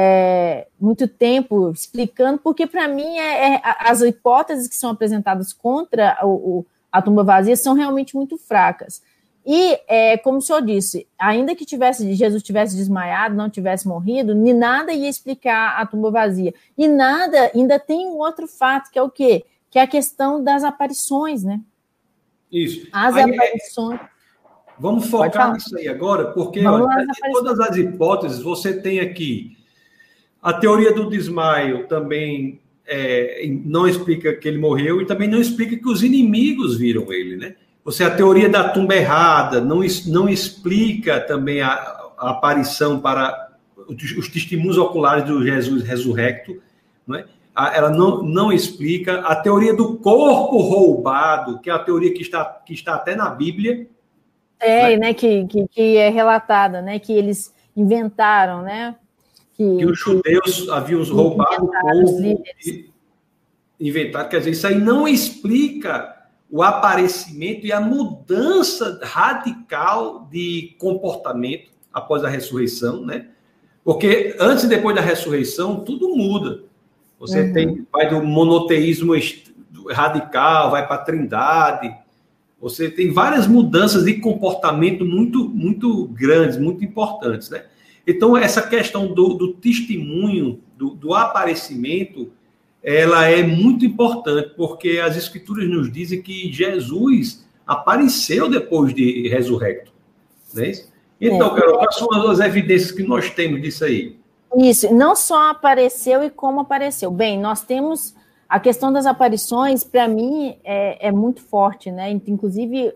tempo explicando, porque, para mim, as hipóteses que são apresentadas contra a tumba vazia são realmente muito fracas. E, como o senhor disse, ainda que Jesus tivesse desmaiado, não tivesse morrido, nada ia explicar a tumba vazia. E ainda tem um outro fato, que é o quê? Que é a questão das aparições, né? Isso. Aparições. Vamos focar nisso aí agora, porque olha, em todas as hipóteses, você tem aqui a teoria do desmaio também não explica que ele morreu, e também não explica que os inimigos viram ele, né? A teoria da tumba errada não explica também a aparição para os testemunhos oculares do Jesus ressurrecto, não é? Ela não explica a teoria do corpo roubado, que é a teoria que está até na Bíblia. né, que é relatada, né, que eles inventaram, né? Que os judeus haviam roubado o povo e inventado. Quer dizer, isso aí não explica o aparecimento e a mudança radical de comportamento após a ressurreição, né? Porque antes e depois da ressurreição, tudo muda. Você vai do monoteísmo radical, vai para a trindade. Você tem várias mudanças de comportamento muito, muito grandes, muito importantes, né? Então, essa questão do testemunho, do aparecimento, ela é muito importante, porque as escrituras nos dizem que Jesus apareceu depois de ressurrecto, né? Então, Carol, quais são as evidências que nós temos disso aí? Isso, não só apareceu e como apareceu. Bem, nós temos a questão das aparições, para mim, é muito forte, né? Inclusive,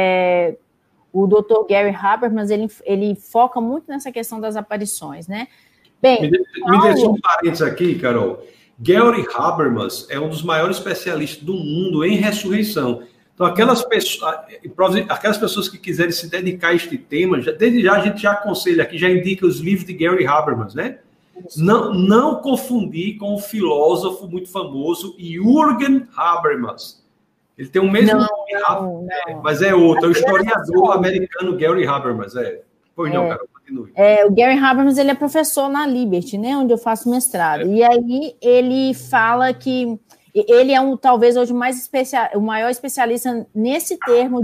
o Dr. Gary Habermas, ele foca muito nessa questão das aparições, né? Bem, me deixa um parênteses aqui, Carol. Gary Habermas é um dos maiores especialistas do mundo em ressurreição. Então, aquelas pessoas que quiserem se dedicar a este tema, desde já a gente já aconselha aqui, já indica os livros de Gary Habermas, né? Não confundir com o filósofo muito famoso Jürgen Habermas. Ele tem o mesmo nome, mas é outro, é o historiador americano Gary Habermas. Pois não, Carol, continue. O Gary Habermas, ele é professor na Liberty, né, onde eu faço mestrado. E aí ele fala que ele é talvez hoje o maior especialista nesse termo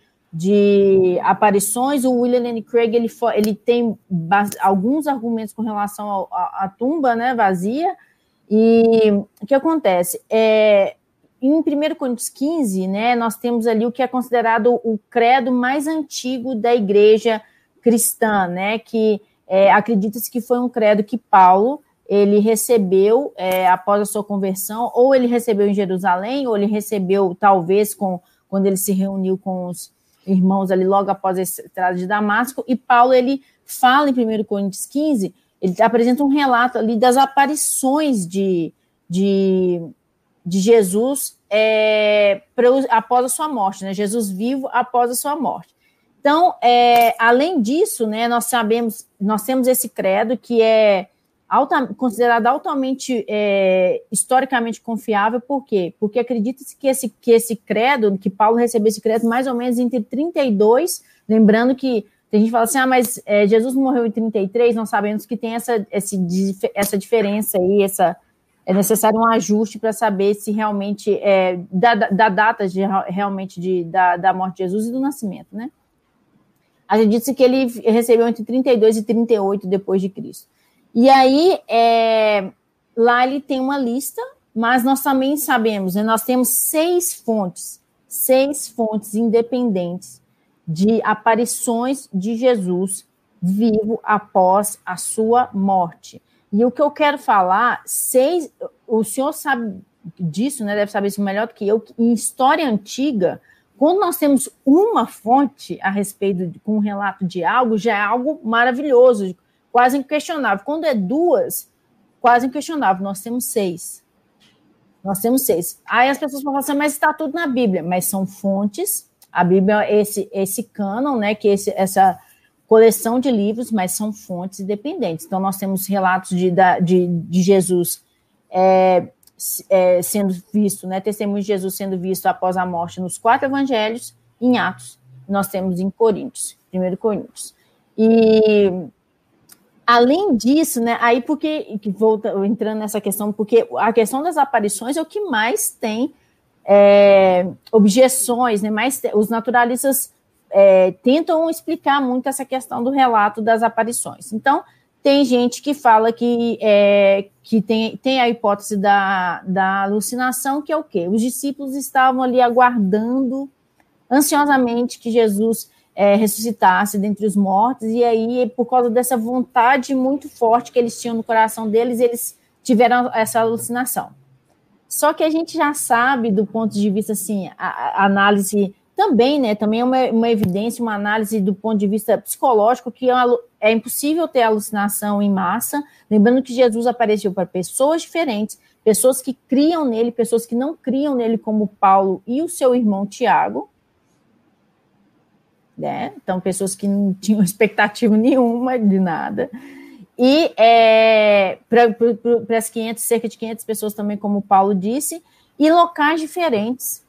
de aparições. O William Lane Craig, ele tem alguns argumentos com relação à tumba, né, vazia. E o que acontece? Em 1 Coríntios 15, né, nós temos ali o que é considerado o credo mais antigo da igreja cristã, né, que acredita-se que foi um credo que Paulo ele recebeu após a sua conversão, ou ele recebeu em Jerusalém, ou ele recebeu talvez quando ele se reuniu com os irmãos ali logo após a estrada de Damasco. E Paulo, ele fala em 1 Coríntios 15, ele apresenta um relato ali das aparições de Jesus após a sua morte, né? Jesus vivo após a sua morte. Então, além disso, né, nós temos esse credo que é considerado altamente historicamente confiável. Por quê? Porque acredita-se que esse credo, que Paulo recebeu esse credo mais ou menos entre 32, lembrando que tem gente que fala assim, mas Jesus morreu em 33, nós sabemos que tem essa diferença aí, é necessário um ajuste para saber se realmente da data realmente da morte de Jesus e do nascimento, né? Acredita-se que ele recebeu entre 32 e 38 depois de Cristo. E aí, lá ele tem uma lista, mas nós também sabemos, né, nós temos 6 fontes independentes de aparições de Jesus vivo após a sua morte. E o que eu quero falar, o senhor sabe disso, né, deve saber isso melhor do que eu, que em história antiga, quando nós temos uma fonte a respeito com um relato de algo, já é algo maravilhoso, quase inquestionável. Quando é 2, quase inquestionável. Nós temos 6. Aí as pessoas falam assim, mas está tudo na Bíblia. Mas são fontes. A Bíblia é esse cânon, né, que essa coleção de livros, mas são fontes independentes. Então, nós temos relatos de Jesus sendo visto, né, testemunho de Jesus sendo visto após a morte nos 4 evangelhos, em Atos, nós temos em Coríntios, 1 Coríntios. E além disso, né, aí entrando nessa questão, porque a questão das aparições é o que mais tem objeções, né, os naturalistas tentam explicar muito essa questão do relato das aparições. Então, tem gente que fala que tem a hipótese da alucinação, que é o quê? Os discípulos estavam ali aguardando ansiosamente que Jesus ressuscitasse dentre os mortos, e aí, por causa dessa vontade muito forte que eles tinham no coração deles, eles tiveram essa alucinação. Só que a gente já sabe, do ponto de vista, assim, a análise também, né, também é uma evidência, uma análise do ponto de vista psicológico, que é impossível ter alucinação em massa, lembrando que Jesus apareceu para pessoas diferentes, pessoas que criam nele, pessoas que não criam nele, como Paulo e o seu irmão Tiago. né? Então, pessoas que não tinham expectativa nenhuma de nada. E para as cerca de 500 pessoas também, como o Paulo disse, e locais diferentes.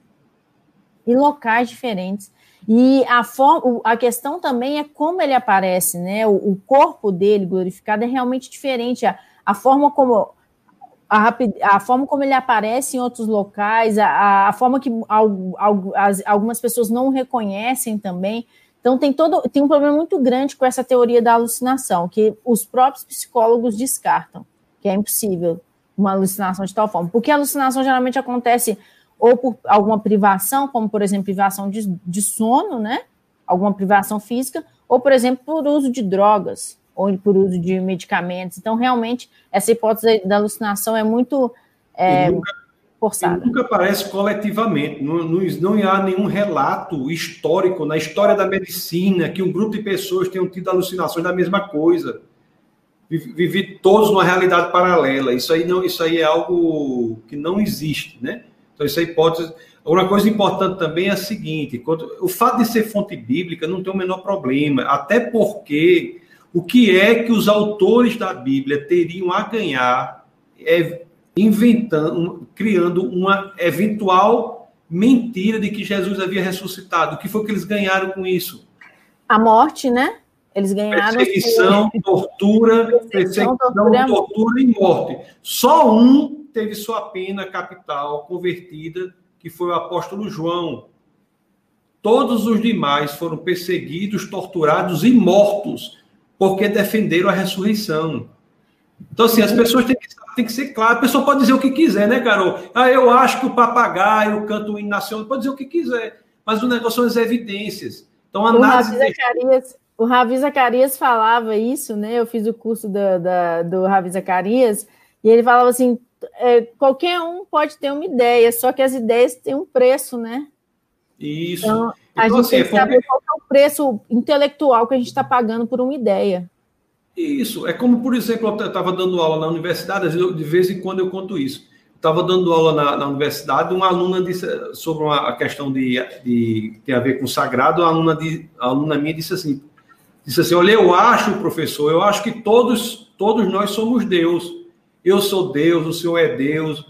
E a questão também é como ele aparece, né? O corpo dele glorificado é realmente diferente. A forma como ele aparece em outros locais, a forma que algumas pessoas não o reconhecem também. Então, tem um problema muito grande com essa teoria da alucinação, que os próprios psicólogos descartam, que é impossível uma alucinação de tal forma. Porque a alucinação geralmente acontece ou por alguma privação, como, por exemplo, privação de sono, né? Alguma privação física, ou, por exemplo, por uso de drogas, ou por uso de medicamentos. Então, realmente, essa hipótese da alucinação é muito forçada. Nunca aparece coletivamente, não há nenhum relato histórico na história da medicina que um grupo de pessoas tenham tido alucinações da mesma coisa. Viver todos numa realidade paralela. Isso aí é algo que não existe, né? Então, essa hipótese. Uma coisa importante também é a seguinte: o fato de ser fonte bíblica não tem o menor problema, até porque o que é que os autores da Bíblia teriam a ganhar criando uma eventual mentira de que Jesus havia ressuscitado? O que foi que eles ganharam com isso? A morte, né? Eles ganharam... Perseguição, tortura e morte. Só um teve sua pena capital convertida, que foi o apóstolo João. Todos os demais foram perseguidos, torturados e mortos, porque defenderam a ressurreição. Então, assim, as pessoas têm que ser claras. A pessoa pode dizer o que quiser, né, Carol? Eu acho que o papagaio canta o hino nacional, pode dizer o que quiser, mas o negócio são as evidências. Então, a análise... O Ravi Zacarias falava isso, né? Eu fiz o curso do Ravi Zacarias, e ele falava assim, qualquer um pode ter uma ideia, só que as ideias têm um preço, né? Isso. Então, a gente tem que saber qual é o preço intelectual que a gente está pagando por uma ideia. Isso. É como, por exemplo, eu estava dando aula na universidade, de vez em quando eu conto isso. Estava dando aula na universidade, uma aluna disse sobre a questão de tem a ver com o sagrado, a aluna minha disse assim, olha, eu acho, professor, que todos nós somos Deus. Eu sou Deus, o Senhor é Deus.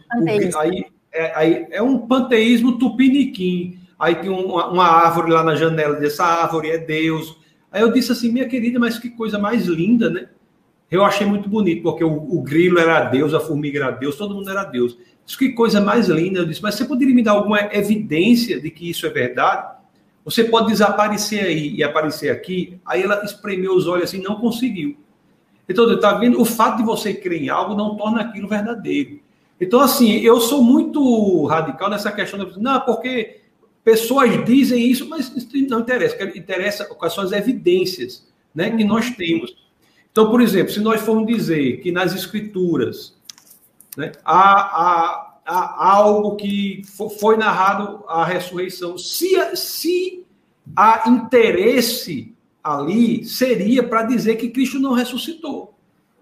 Aí é um panteísmo tupiniquim. Aí tem uma árvore lá na janela, essa árvore é Deus. Aí eu disse assim, minha querida, mas que coisa mais linda, né? Eu achei muito bonito, porque o grilo era Deus, a formiga era Deus, todo mundo era Deus. Isso, que coisa mais linda. Eu disse, mas você poderia me dar alguma evidência de que isso é verdade? Você pode desaparecer aí e aparecer aqui? Aí ela espremeu os olhos assim, não conseguiu. Então, está vendo? O fato de você crer em algo não torna aquilo verdadeiro. Então, assim, eu sou muito radical nessa questão. Não, porque pessoas dizem isso, mas não interessa. O que interessa quais são as evidências, né, que nós temos. Então, por exemplo, se nós formos dizer que nas Escrituras, né, há algo que foi narrado a ressurreição, se há interesse ali, seria para dizer que Cristo não ressuscitou.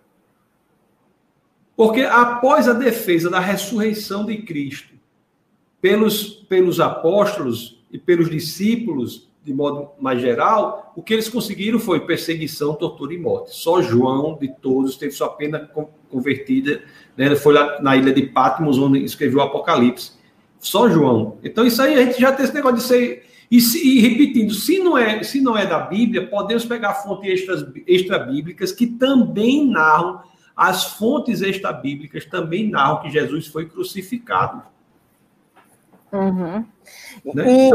Porque após a defesa da ressurreição de Cristo pelos apóstolos e pelos discípulos, de modo mais geral, o que eles conseguiram foi perseguição, tortura e morte. Só João, de todos, teve sua pena convertida, né? Foi lá na ilha de Patmos, onde escreveu o Apocalipse. Só João. Então, isso aí a gente já tem esse negócio de ser... E repetindo, se não é da Bíblia, podemos pegar fontes extra-bíblicas que também narram, as fontes extra-bíblicas também narram que Jesus foi crucificado. Uhum. Né?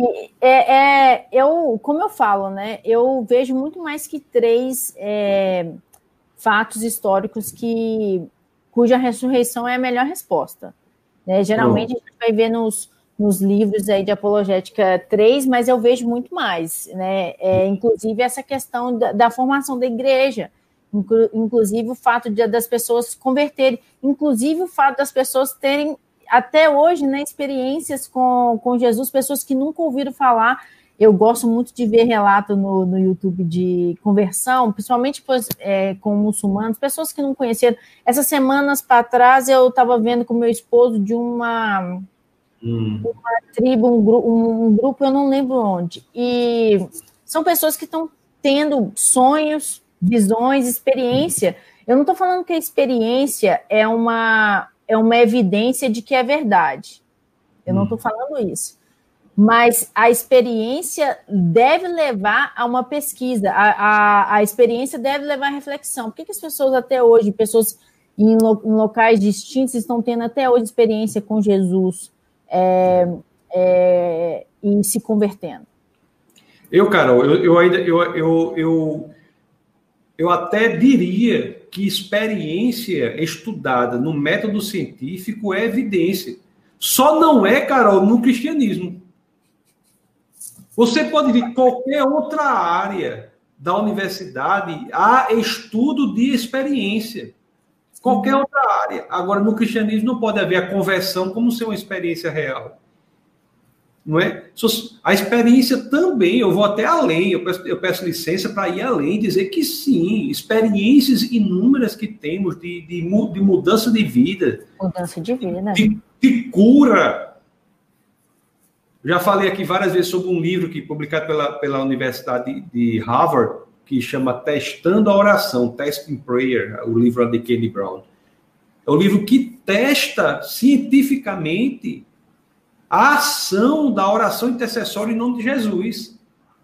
Como eu falo, né? Eu vejo muito mais que 3 fatos históricos cuja ressurreição é a melhor resposta. Né? Geralmente a gente vai ver nos livros aí de apologética 3, mas eu vejo muito mais, né? Inclusive essa questão da formação da igreja, inclusive o fato das pessoas se converterem, inclusive o fato das pessoas terem até hoje, né, experiências com Jesus, pessoas que nunca ouviram falar. Eu gosto muito de ver relato no YouTube de conversão, principalmente com muçulmanos, pessoas que não conheceram. Essas semanas para trás, eu estava vendo com meu esposo de uma uma tribo, um grupo, eu não lembro onde. E são pessoas que estão tendo sonhos, visões, experiência. Eu não estou falando que a experiência é uma evidência de que é verdade. Eu não estou falando isso. Mas a experiência deve levar a uma pesquisa. A experiência deve levar a reflexão. Por que as pessoas até hoje, pessoas em locais distintos, estão tendo até hoje experiência com Jesus e se convertendo? Carol, eu até diria que experiência estudada no método científico é evidência. Só não é, Carol, no cristianismo. Você pode ver qualquer outra área da universidade, há estudo de experiência. Qualquer outra área. Agora, no cristianismo não pode haver a conversão como ser uma experiência real. Não é? A experiência também, eu vou até além, eu peço licença para ir além, dizer que sim, experiências inúmeras que temos de mudança de vida. Mudança de vida. De cura. Já falei aqui várias vezes sobre um livro publicado pela Universidade de Harvard, que chama Testando a Oração, Testing Prayer, o livro de Kenny Brown. É um livro que testa cientificamente a ação da oração intercessória em nome de Jesus.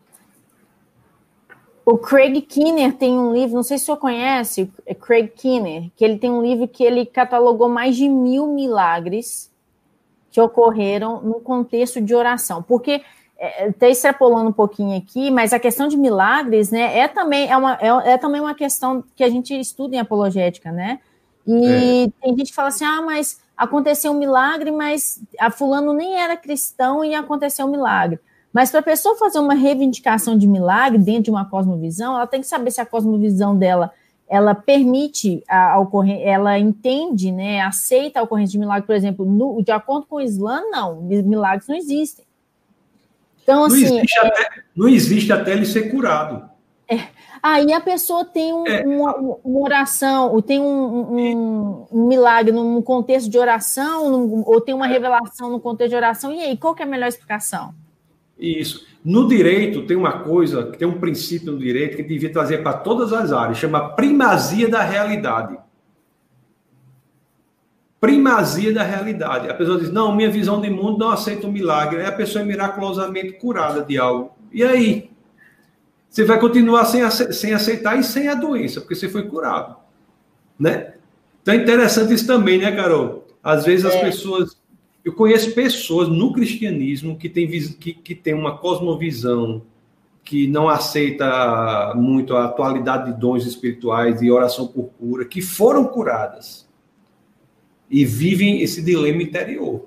O Craig Keener tem um livro, não sei se o senhor conhece, Craig Keener, que ele tem um livro que ele catalogou mais de 1000 milagres que ocorreram no contexto de oração. Porque, até extrapolando um pouquinho aqui, mas a questão de milagres, né, é também uma questão que a gente estuda em apologética, né? E tem gente que fala assim, mas aconteceu um milagre, mas a fulano nem era cristão e aconteceu um milagre. Mas para a pessoa fazer uma reivindicação de milagre dentro de uma cosmovisão, ela tem que saber se a cosmovisão dela, ela permite a ocorrência, ela entende, né, aceita a ocorrência de milagre, por exemplo, de acordo com o Islã, não, milagres não existem. Então, assim... Não existe até ele ser curado. Aí a pessoa tem uma oração, ou tem um milagre num contexto de oração, ou tem uma revelação no contexto de oração, e aí, qual que é a melhor explicação? Isso. No direito, tem uma coisa, tem um princípio no direito que devia trazer para todas as áreas, chama primazia da realidade. Primazia da realidade. A pessoa diz, não, minha visão de mundo não aceita o milagre. Aí a pessoa é miraculosamente curada de algo. E aí? Você vai continuar sem aceitar e sem a doença, porque você foi curado. Né? Então é interessante isso também, né, Carol? Às vezes as pessoas... Eu conheço pessoas no cristianismo que tem uma cosmovisão que não aceita muito a atualidade de dons espirituais e oração por cura, que foram curadas e vivem esse dilema interior.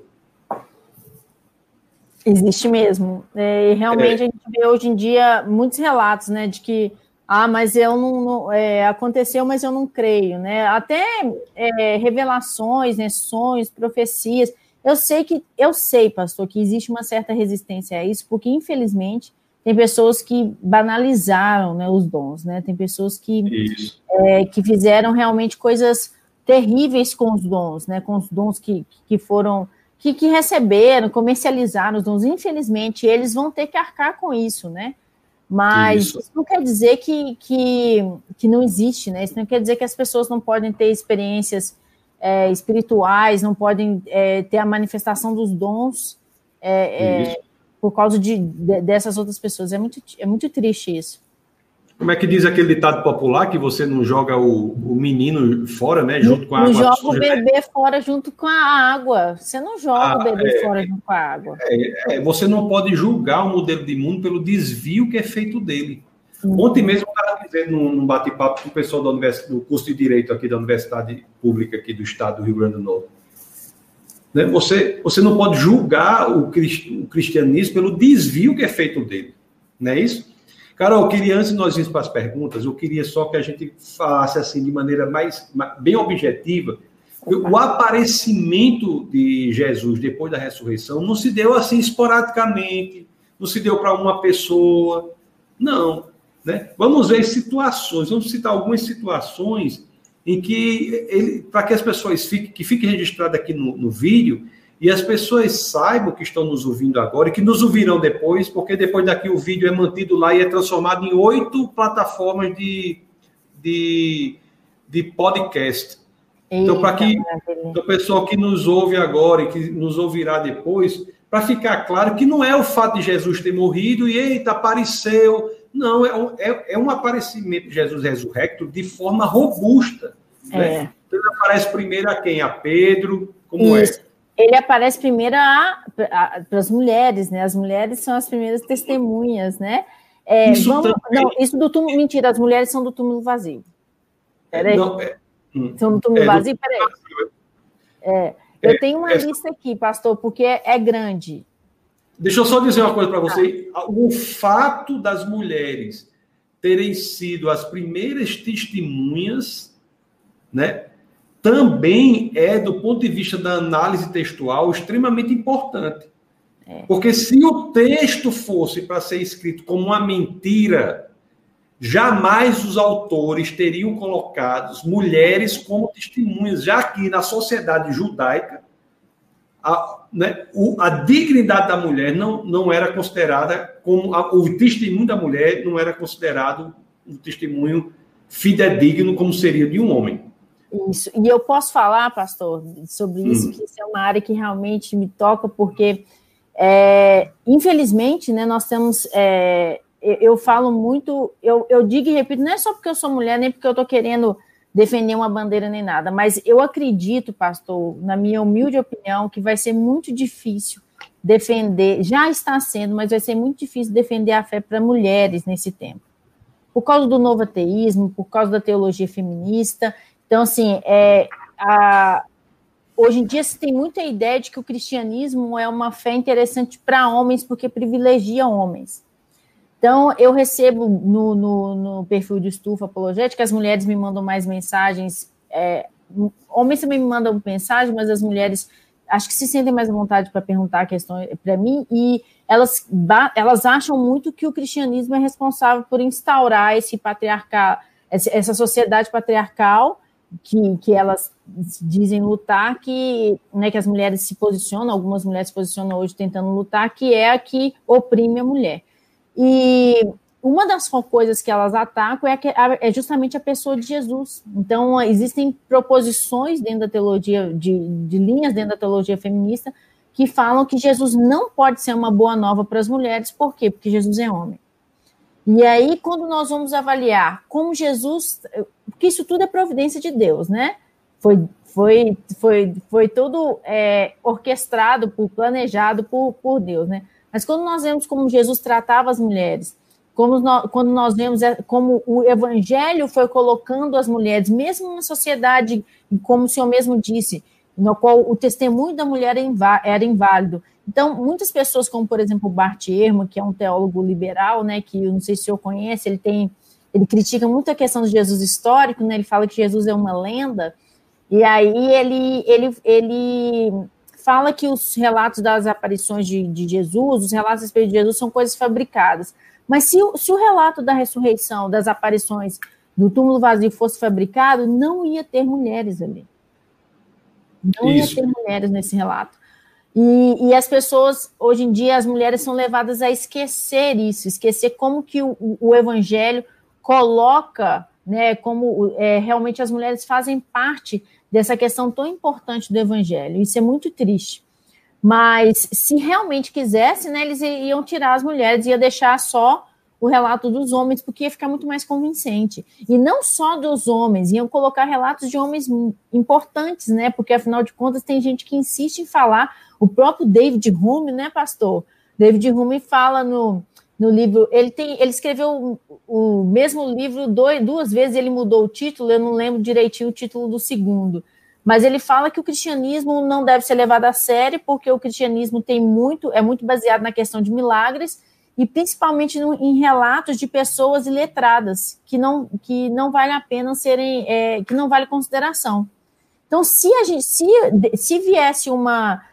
Existe mesmo. E realmente a gente vê hoje em dia muitos relatos, né, de que mas eu não aconteceu, mas eu não creio, né? Até revelações, né, sonhos, profecias. Eu sei, pastor, que existe uma certa resistência a isso, porque, infelizmente, tem pessoas que banalizaram, né, os dons, né? Tem pessoas que fizeram realmente coisas terríveis com os dons, né? Com os dons que foram... Que receberam, comercializaram os dons. Infelizmente, eles vão ter que arcar com isso, né? Mas isso não quer dizer que não existe, né? Isso não quer dizer que as pessoas não podem ter experiências espirituais, não podem ter a manifestação dos dons por causa dessas outras pessoas. É muito triste isso. Como é que diz aquele ditado popular, que você não joga o menino fora, né, junto com a água? Não joga o bebê fora junto com a água. Você não joga o bebê fora junto com a água. Você não pode julgar o modelo de mundo pelo desvio que é feito dele. Ontem mesmo eu estava dizendo num bate-papo com o pessoal do curso de Direito aqui da Universidade Pública aqui do Estado do Rio Grande do Norte. Né? Você não pode julgar o cristianismo pelo desvio que é feito dele. Não é isso? Carol, antes de nós irmos para as perguntas, eu queria só que a gente falasse assim de maneira bem objetiva. O aparecimento de Jesus depois da ressurreição não se deu assim esporadicamente, não se deu para uma pessoa, não. Né? Vamos ver situações, vamos citar algumas situações em que, para que as pessoas fiquem registradas aqui no vídeo, e as pessoas saibam que estão nos ouvindo agora e que nos ouvirão depois, porque depois daqui o vídeo é mantido lá e é transformado em 8 plataformas de podcast. Então, para que o pessoal que nos ouve agora e que nos ouvirá depois, para ficar claro que não é o fato de Jesus ter morrido e, eita, apareceu. Não, é um aparecimento de Jesus ressurrecto de forma robusta. Né? Então, ele aparece primeiro a quem? A Pedro, como Isso. Ele aparece primeiro para as mulheres, né? As mulheres são as primeiras testemunhas, né? Isso do túmulo... Mentira, as mulheres são do túmulo vazio. Peraí. São do túmulo vazio? Peraí. Eu tenho uma lista aqui, pastor, porque é grande. Deixa eu só dizer uma coisa para você. O fato das mulheres terem sido as primeiras testemunhas, né, também é, do ponto de vista da análise textual, extremamente importante. Porque se o texto fosse para ser escrito como uma mentira, jamais os autores teriam colocado mulheres como testemunhas, já que na sociedade judaica a dignidade da mulher não era considerada como... o testemunho da mulher não era considerado um testemunho fidedigno como seria de um homem. Isso. E eu posso falar, pastor, sobre isso, que isso é uma área que realmente me toca, porque, infelizmente, né, nós temos... eu falo muito, eu digo e repito, não é só porque eu sou mulher, nem porque eu estou querendo defender uma bandeira nem nada, mas eu acredito, pastor, na minha humilde opinião, que vai ser muito difícil defender, já está sendo, mas vai ser muito difícil defender a fé para mulheres nesse tempo. Por causa do novo ateísmo, por causa da teologia feminista. Então, assim, hoje em dia se tem muita ideia de que o cristianismo é uma fé interessante para homens, porque privilegia homens. Então, eu recebo no perfil do Estufa Apologética, as mulheres me mandam mais mensagens, homens também me mandam mensagem, mas as mulheres acho que se sentem mais à vontade para perguntar questões para mim, e elas acham muito que o cristianismo é responsável por instaurar esse patriarcado, essa sociedade patriarcal que elas dizem lutar, né, que as mulheres se posicionam, algumas mulheres se posicionam hoje tentando lutar, que é a que oprime a mulher. E uma das coisas que elas atacam é justamente a pessoa de Jesus. Então, existem proposições dentro da teologia, de linhas dentro da teologia feminista, que falam que Jesus não pode ser uma boa nova para as mulheres. Por quê? Porque Jesus é homem. E aí, quando nós vamos avaliar como Jesus... Porque isso tudo é providência de Deus, né? Foi tudo orquestrado, planejado por Deus, né? Mas quando nós vemos como Jesus tratava as mulheres, quando nós vemos como o evangelho foi colocando as mulheres, mesmo numa sociedade, como o senhor mesmo disse, no qual o testemunho da mulher era inválido. Então, muitas pessoas, como, por exemplo, o Bart Ehrman, que é um teólogo liberal, né, que eu não sei se o senhor conhece, ele critica muito a questão de Jesus histórico, né, ele fala que Jesus é uma lenda, e aí ele fala que os relatos das aparições de Jesus, os relatos a respeito de Jesus são coisas fabricadas. Mas se o relato da ressurreição, das aparições do túmulo vazio fosse fabricado, não ia ter mulheres ali. Não ia ter mulheres nesse relato. E as pessoas, hoje em dia, as mulheres são levadas a esquecer isso, esquecer como que o evangelho coloca, né, como realmente as mulheres fazem parte dessa questão tão importante do evangelho. Isso é muito triste. Mas se realmente quisesse, né, eles iam tirar as mulheres, ia deixar só o relato dos homens, porque ia ficar muito mais convincente. E não só dos homens, iam colocar relatos de homens importantes, né, porque afinal de contas tem gente que insiste em falar. O próprio David Hume, né, pastor? David Hume fala no livro, ele escreveu o mesmo livro duas vezes, ele mudou o título, eu não lembro direitinho o título do segundo, mas ele fala que o cristianismo não deve ser levado a sério, porque o cristianismo é muito baseado na questão de milagres, e principalmente em relatos de pessoas iletradas, que não vale a pena serem, que não vale consideração. Então, se viesse uma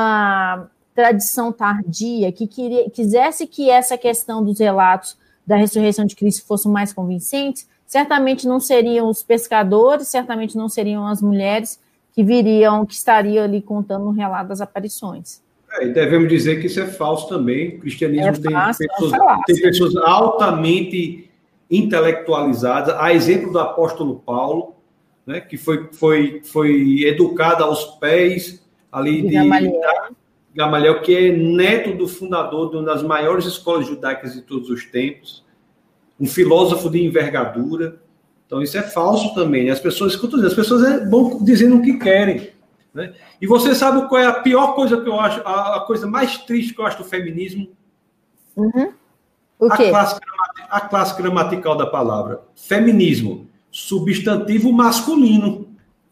tradição tardia que quisesse que essa questão dos relatos da ressurreição de Cristo fossem mais convincentes, certamente não seriam os pescadores, certamente não seriam as mulheres que viriam, que estariam ali contando um relato das aparições. E devemos dizer que isso é falso também. O cristianismo tem tem pessoas altamente intelectualizadas, a exemplo do apóstolo Paulo, né, que foi educado aos pés ali de Gamaliel, que é neto do fundador de uma das maiores escolas judaicas de todos os tempos, um filósofo de envergadura. Então, isso é falso também. As pessoas vão dizendo o que querem. Né? E você sabe qual é a pior coisa que eu acho, a coisa mais triste que eu acho do feminismo? Uhum. O quê? A classe gramatical da palavra. Feminismo, substantivo masculino.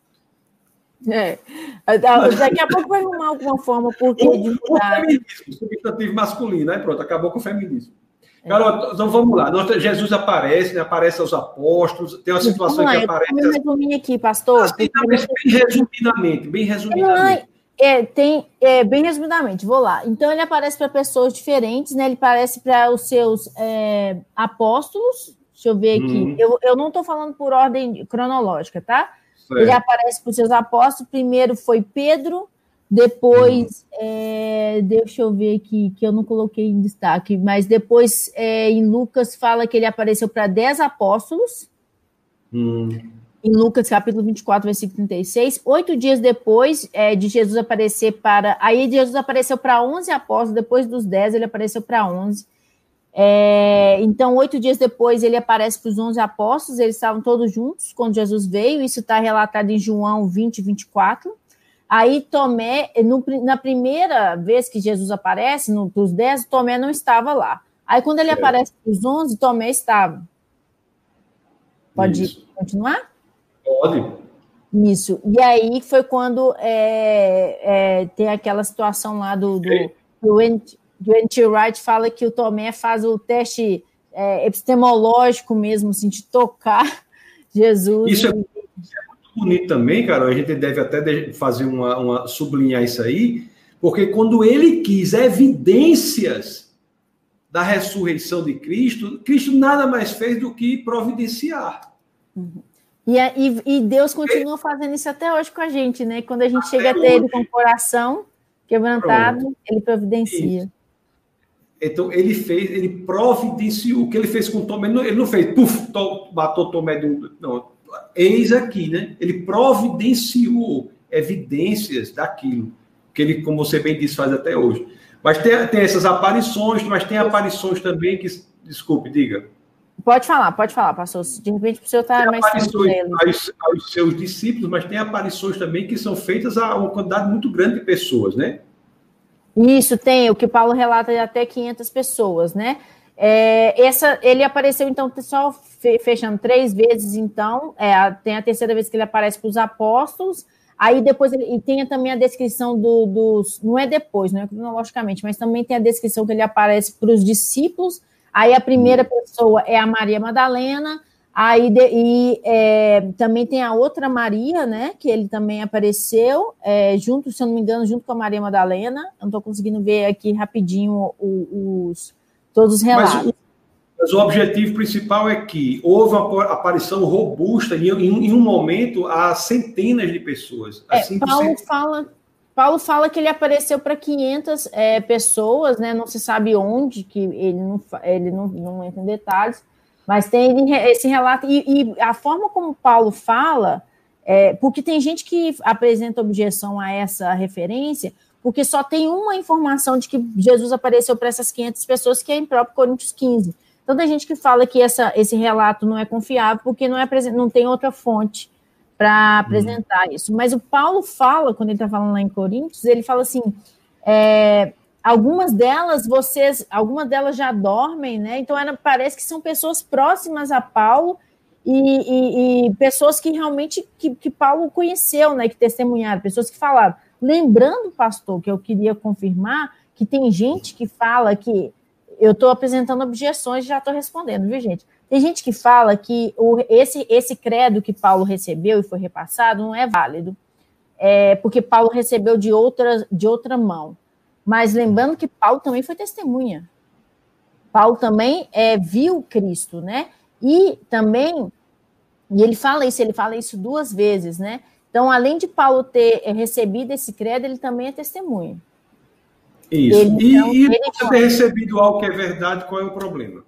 Daqui a pouco vai arrumar alguma forma porque de mudar. O feminismo, substantivo masculino. Aí pronto, acabou com o feminismo. Cara, então vamos lá. Jesus aparece, né? Aparece aos apóstolos. Tem uma situação que aparece. Eu resumir aqui, pastor. Bem resumidamente. Bem resumidamente, vou lá. Então, ele aparece para pessoas diferentes, né? Ele aparece para os seus apóstolos. Deixa eu ver aqui. Eu não estou falando por ordem cronológica, tá? Certo. Ele aparece para os seus apóstolos. Primeiro foi Pedro. Depois, deixa eu ver aqui, que eu não coloquei em destaque, mas depois em Lucas fala que ele apareceu para 10 apóstolos, em Lucas capítulo 24, versículo 36, 8 dias depois de Jesus aparecer aí Jesus apareceu para 11 apóstolos, depois dos 10 ele apareceu para 11, então 8 dias depois ele aparece para os 11 apóstolos, eles estavam todos juntos quando Jesus veio, isso está relatado em João 20, 24, Aí Tomé, na primeira vez que Jesus aparece, para os 10, Tomé não estava lá. Aí quando ele aparece para os 11, Tomé estava. Pode continuar? Pode. Isso. E aí foi quando tem aquela situação lá do N.T. Wright fala que o Tomé faz o teste epistemológico mesmo, assim, de tocar Jesus. Isso é muito bonito também, cara. A gente deve até fazer sublinhar isso aí, porque quando ele quis evidências da ressurreição de Cristo, Cristo nada mais fez do que providenciar. Uhum. E Deus continua fazendo isso até hoje com a gente, né? Quando a gente chega até ele com o coração quebrantado, ele providencia. Isso. Então, ele providenciou. O que ele fez com Tomé, ele não fez, matou Tomé não. Eis aqui, né? Ele providenciou evidências daquilo que ele, como você bem disse, faz até hoje. Mas tem essas aparições, mas tem aparições também que... Desculpe, diga. Pode falar, pastor. De repente, o senhor está mais tranquilo. Aos seus discípulos, mas tem aparições também que são feitas a uma quantidade muito grande de pessoas, né? Isso, tem. O que Paulo relata de até 500 pessoas, né? Ele apareceu, então, só fechando 3 vezes, então, tem a terceira vez que ele aparece para os apóstolos, aí depois e tem também a descrição dos, não é depois, não é cronologicamente, mas também tem a descrição que ele aparece para os discípulos, aí a primeira pessoa é a Maria Madalena, aí também tem a outra Maria, né, que ele também apareceu, junto, se eu não me engano, junto com a Maria Madalena, eu não estou conseguindo ver aqui rapidinho todos os relatos. Mas o objetivo principal é que houve uma aparição robusta em um momento a centenas de pessoas. Assim, Paulo fala que ele apareceu para 500 pessoas, né? Não se sabe onde, que ele não entra em detalhes, mas tem esse relato. E a forma como Paulo fala, porque tem gente que apresenta objeção a essa referência, porque só tem uma informação de que Jesus apareceu para essas 500 pessoas, que é em próprio Coríntios 15. Então, tem gente que fala que esse relato não é confiável, porque não tem outra fonte para apresentar isso. Mas o Paulo fala, quando ele está falando lá em Coríntios, ele fala assim, algumas delas já dormem, né? Então, parece que são pessoas próximas a Paulo e pessoas que realmente que Paulo conheceu, né? Que testemunharam, pessoas que falaram. Lembrando, pastor, que eu queria confirmar que tem gente que fala que... Eu estou apresentando objeções e já estou respondendo, viu, gente? Tem gente que fala que esse credo que Paulo recebeu e foi repassado não é válido, porque Paulo recebeu de outra mão. Mas lembrando que Paulo também foi testemunha. Paulo também viu Cristo, né? E também, ele fala isso 2 vezes, né? Então, além de Paulo ter recebido esse credo, ele também é testemunha. Isso. Ele você ter recebido algo que é verdade, qual é o problema?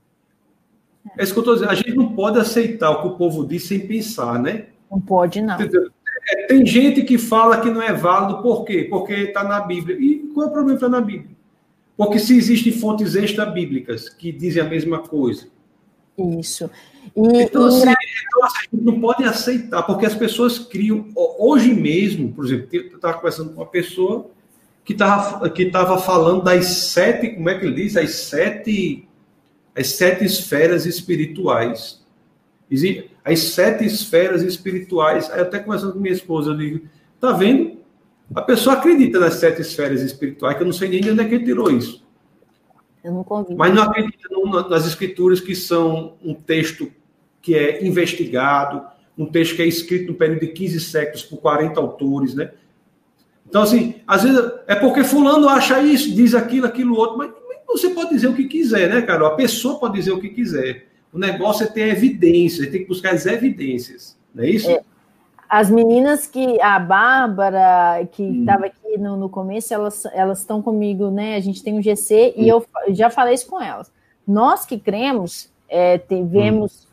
É isso que eu estou dizendo. A gente não pode aceitar o que o povo diz sem pensar, né? Não pode, não. Tem gente que fala que não é válido, por quê? Porque está na Bíblia. E qual é o problema de estar na Bíblia? Porque se existem fontes extra-bíblicas que dizem a mesma coisa. Isso. Então, assim, a gente não pode aceitar, porque as pessoas criam. Hoje mesmo, por exemplo, eu estava conversando com uma pessoa que estava falando das 7, como é que ele diz? As sete esferas espirituais. As 7 esferas espirituais. Aí eu até conversando com minha esposa, eu digo, tá vendo? A pessoa acredita nas 7 esferas espirituais, que eu não sei nem de onde é que ele tirou isso. Eu não convido. Mas não acredita nas escrituras, que são um texto que é investigado, um texto que é escrito no período de 15 séculos por 40 autores, né? Então, assim, às vezes é porque fulano acha isso, diz aquilo outro, mas você pode dizer o que quiser, né, Carol? A pessoa pode dizer o que quiser. O negócio é ter evidências, tem que buscar as evidências, não é isso? As meninas a Bárbara, que estava aqui no começo, elas estão comigo, né? A gente tem um GC e eu já falei isso com elas. Nós que cremos, vemos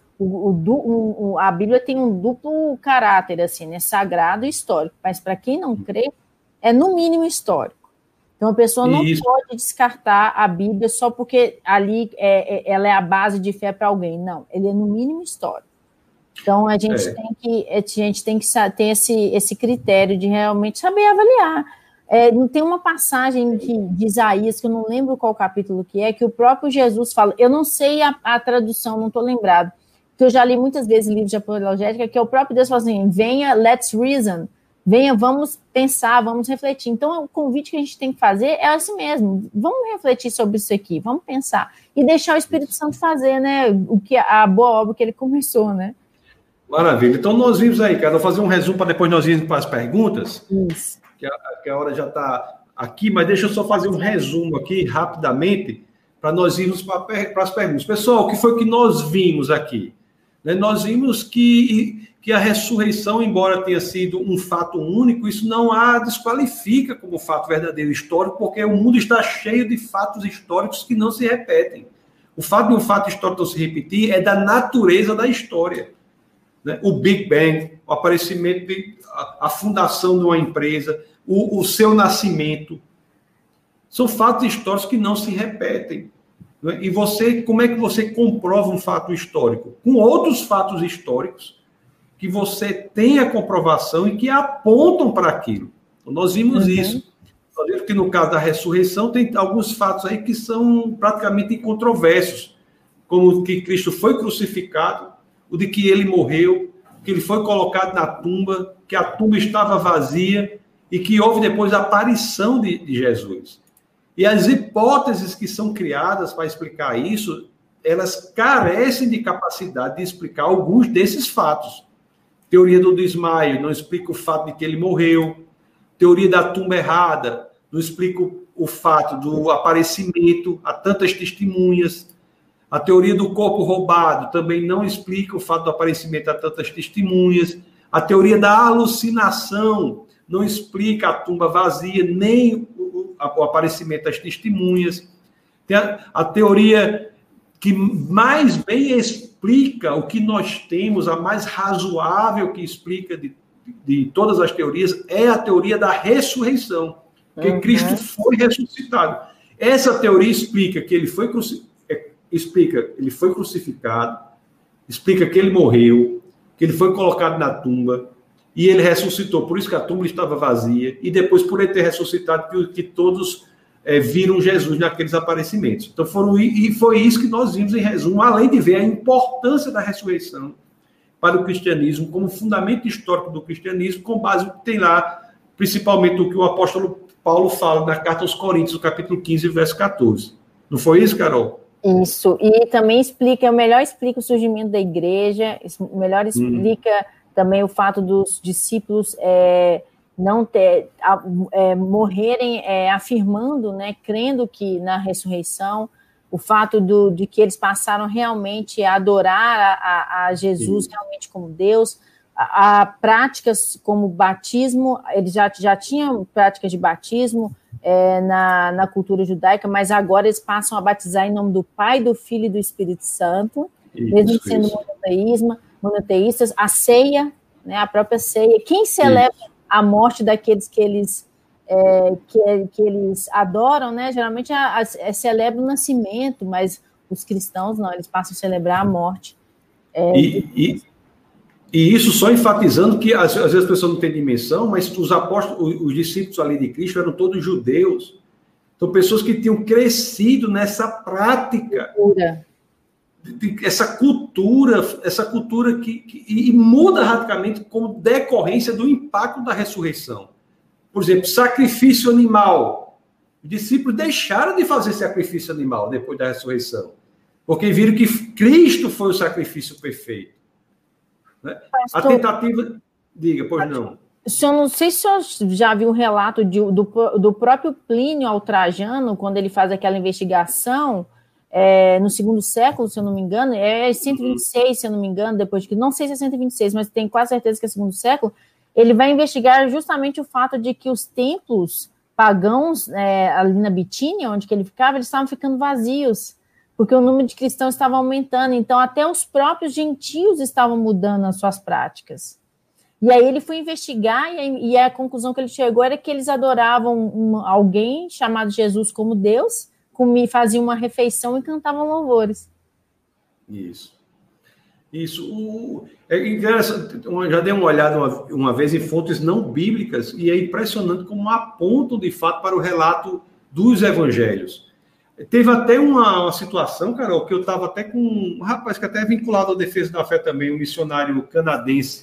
a Bíblia tem um duplo caráter, assim, né? Sagrado e histórico. Mas para quem não crê, é no mínimo histórico. Então a pessoa não pode descartar a Bíblia só porque ali ela é a base de fé para alguém. Não, ele é no mínimo histórico. Então, a gente tem que ter esse critério de realmente saber avaliar. Não tem uma passagem de Isaías, que eu não lembro qual capítulo que o próprio Jesus fala, eu não sei a tradução, não estou lembrado, que eu já li muitas vezes livros de apologética, que o próprio Deus fala assim, venha, let's reason, venha, vamos pensar, vamos refletir. Então, o convite que a gente tem que fazer é assim mesmo, vamos refletir sobre isso aqui, vamos pensar, e deixar o Espírito Santo fazer, né, a boa obra que ele começou, né? Maravilha. Então, nós vimos aí, cara, vou fazer um resumo para depois nós irmos para as perguntas. Isso. Que a hora já está aqui, mas deixa eu só fazer um resumo aqui, rapidamente, para nós irmos para as perguntas. Pessoal, o que foi que nós vimos aqui? Nós vimos que a ressurreição, embora tenha sido um fato único, isso não a desqualifica como fato verdadeiro histórico, porque o mundo está cheio de fatos históricos que não se repetem. O fato de um fato histórico não se repetir é da natureza da história. O Big Bang, o aparecimento, a fundação de uma empresa, o seu nascimento, são fatos históricos que não se repetem. E como é que você comprova um fato histórico? Com outros fatos históricos que você tem a comprovação e que apontam para aquilo. Então, nós vimos isso. Nós vimos que no caso da ressurreição tem alguns fatos aí que são praticamente incontroversos, como que Cristo foi crucificado, o de que ele morreu, que ele foi colocado na tumba, que a tumba estava vazia e que houve depois a aparição de Jesus. E as hipóteses que são criadas para explicar isso, elas carecem de capacidade de explicar alguns desses fatos. Teoria do desmaio não explica o fato de que ele morreu. Teoria da tumba errada não explica o fato do aparecimento a tantas testemunhas. A teoria do corpo roubado também não explica o fato do aparecimento a tantas testemunhas. A teoria da alucinação não explica a tumba vazia, nem o aparecimento das testemunhas. Tem a teoria que mais bem explica o que nós temos, a mais razoável que explica de todas as teorias, é a teoria da ressurreição, que Cristo foi ressuscitado. Essa teoria explica que ele foi crucificado, explica que ele morreu, que ele foi colocado na tumba e ele ressuscitou. Por isso que a tumba estava vazia. E depois, por ele ter ressuscitado, que todos viram Jesus naqueles aparecimentos. Então, foi isso que nós vimos em resumo, além de ver a importância da ressurreição para o cristianismo, como fundamento histórico do cristianismo, com base no que tem lá, principalmente o que o apóstolo Paulo fala na carta aos Coríntios, no capítulo 15, verso 14. Não foi isso, Carol? Isso, e também melhor explica o surgimento da igreja, melhor explica também o fato dos discípulos morrerem afirmando, né, crendo que na ressurreição, o fato de que eles passaram realmente a adorar a Jesus realmente como Deus, a práticas como batismo, eles já tinham práticas de batismo na cultura judaica, mas agora eles passam a batizar em nome do Pai, do Filho e do Espírito Santo, mesmo sendo monoteístas. A ceia, né, a própria ceia, quem celebra a morte daqueles que eles adoram, né, geralmente celebra o nascimento, mas os cristãos não, eles passam a celebrar a morte. E isso só enfatizando que às vezes as pessoas não têm dimensão, mas os apóstolos, os discípulos ali de Cristo eram todos judeus. Então, pessoas que tinham crescido nessa prática, essa cultura que muda radicalmente como decorrência do impacto da ressurreição. Por exemplo, sacrifício animal. Os discípulos deixaram de fazer sacrifício animal depois da ressurreição, porque viram que Cristo foi o sacrifício perfeito. Pastor, a tentativa... Diga, pois não. Não sei se o senhor já viu um relato do próprio Plínio ao Trajano, quando ele faz aquela investigação no segundo século, se eu não me engano, 126, se eu não me engano, depois de que... Não sei se é 126, mas tenho quase certeza que é segundo século. Ele vai investigar justamente o fato de que os templos pagãos, ali na Bitínia, onde que ele ficava, eles estavam ficando vazios, porque o número de cristãos estava aumentando, então até os próprios gentios estavam mudando as suas práticas. E aí ele foi investigar, e a conclusão que ele chegou era que eles adoravam alguém chamado Jesus como Deus, faziam uma refeição e cantavam louvores. Isso. Já dei uma olhada uma vez em fontes não bíblicas, e é impressionante como apontam, de fato, para o relato dos evangelhos. Teve até uma situação, Carol, que eu estava até com um rapaz que até é vinculado à Defesa da Fé também, um missionário canadense.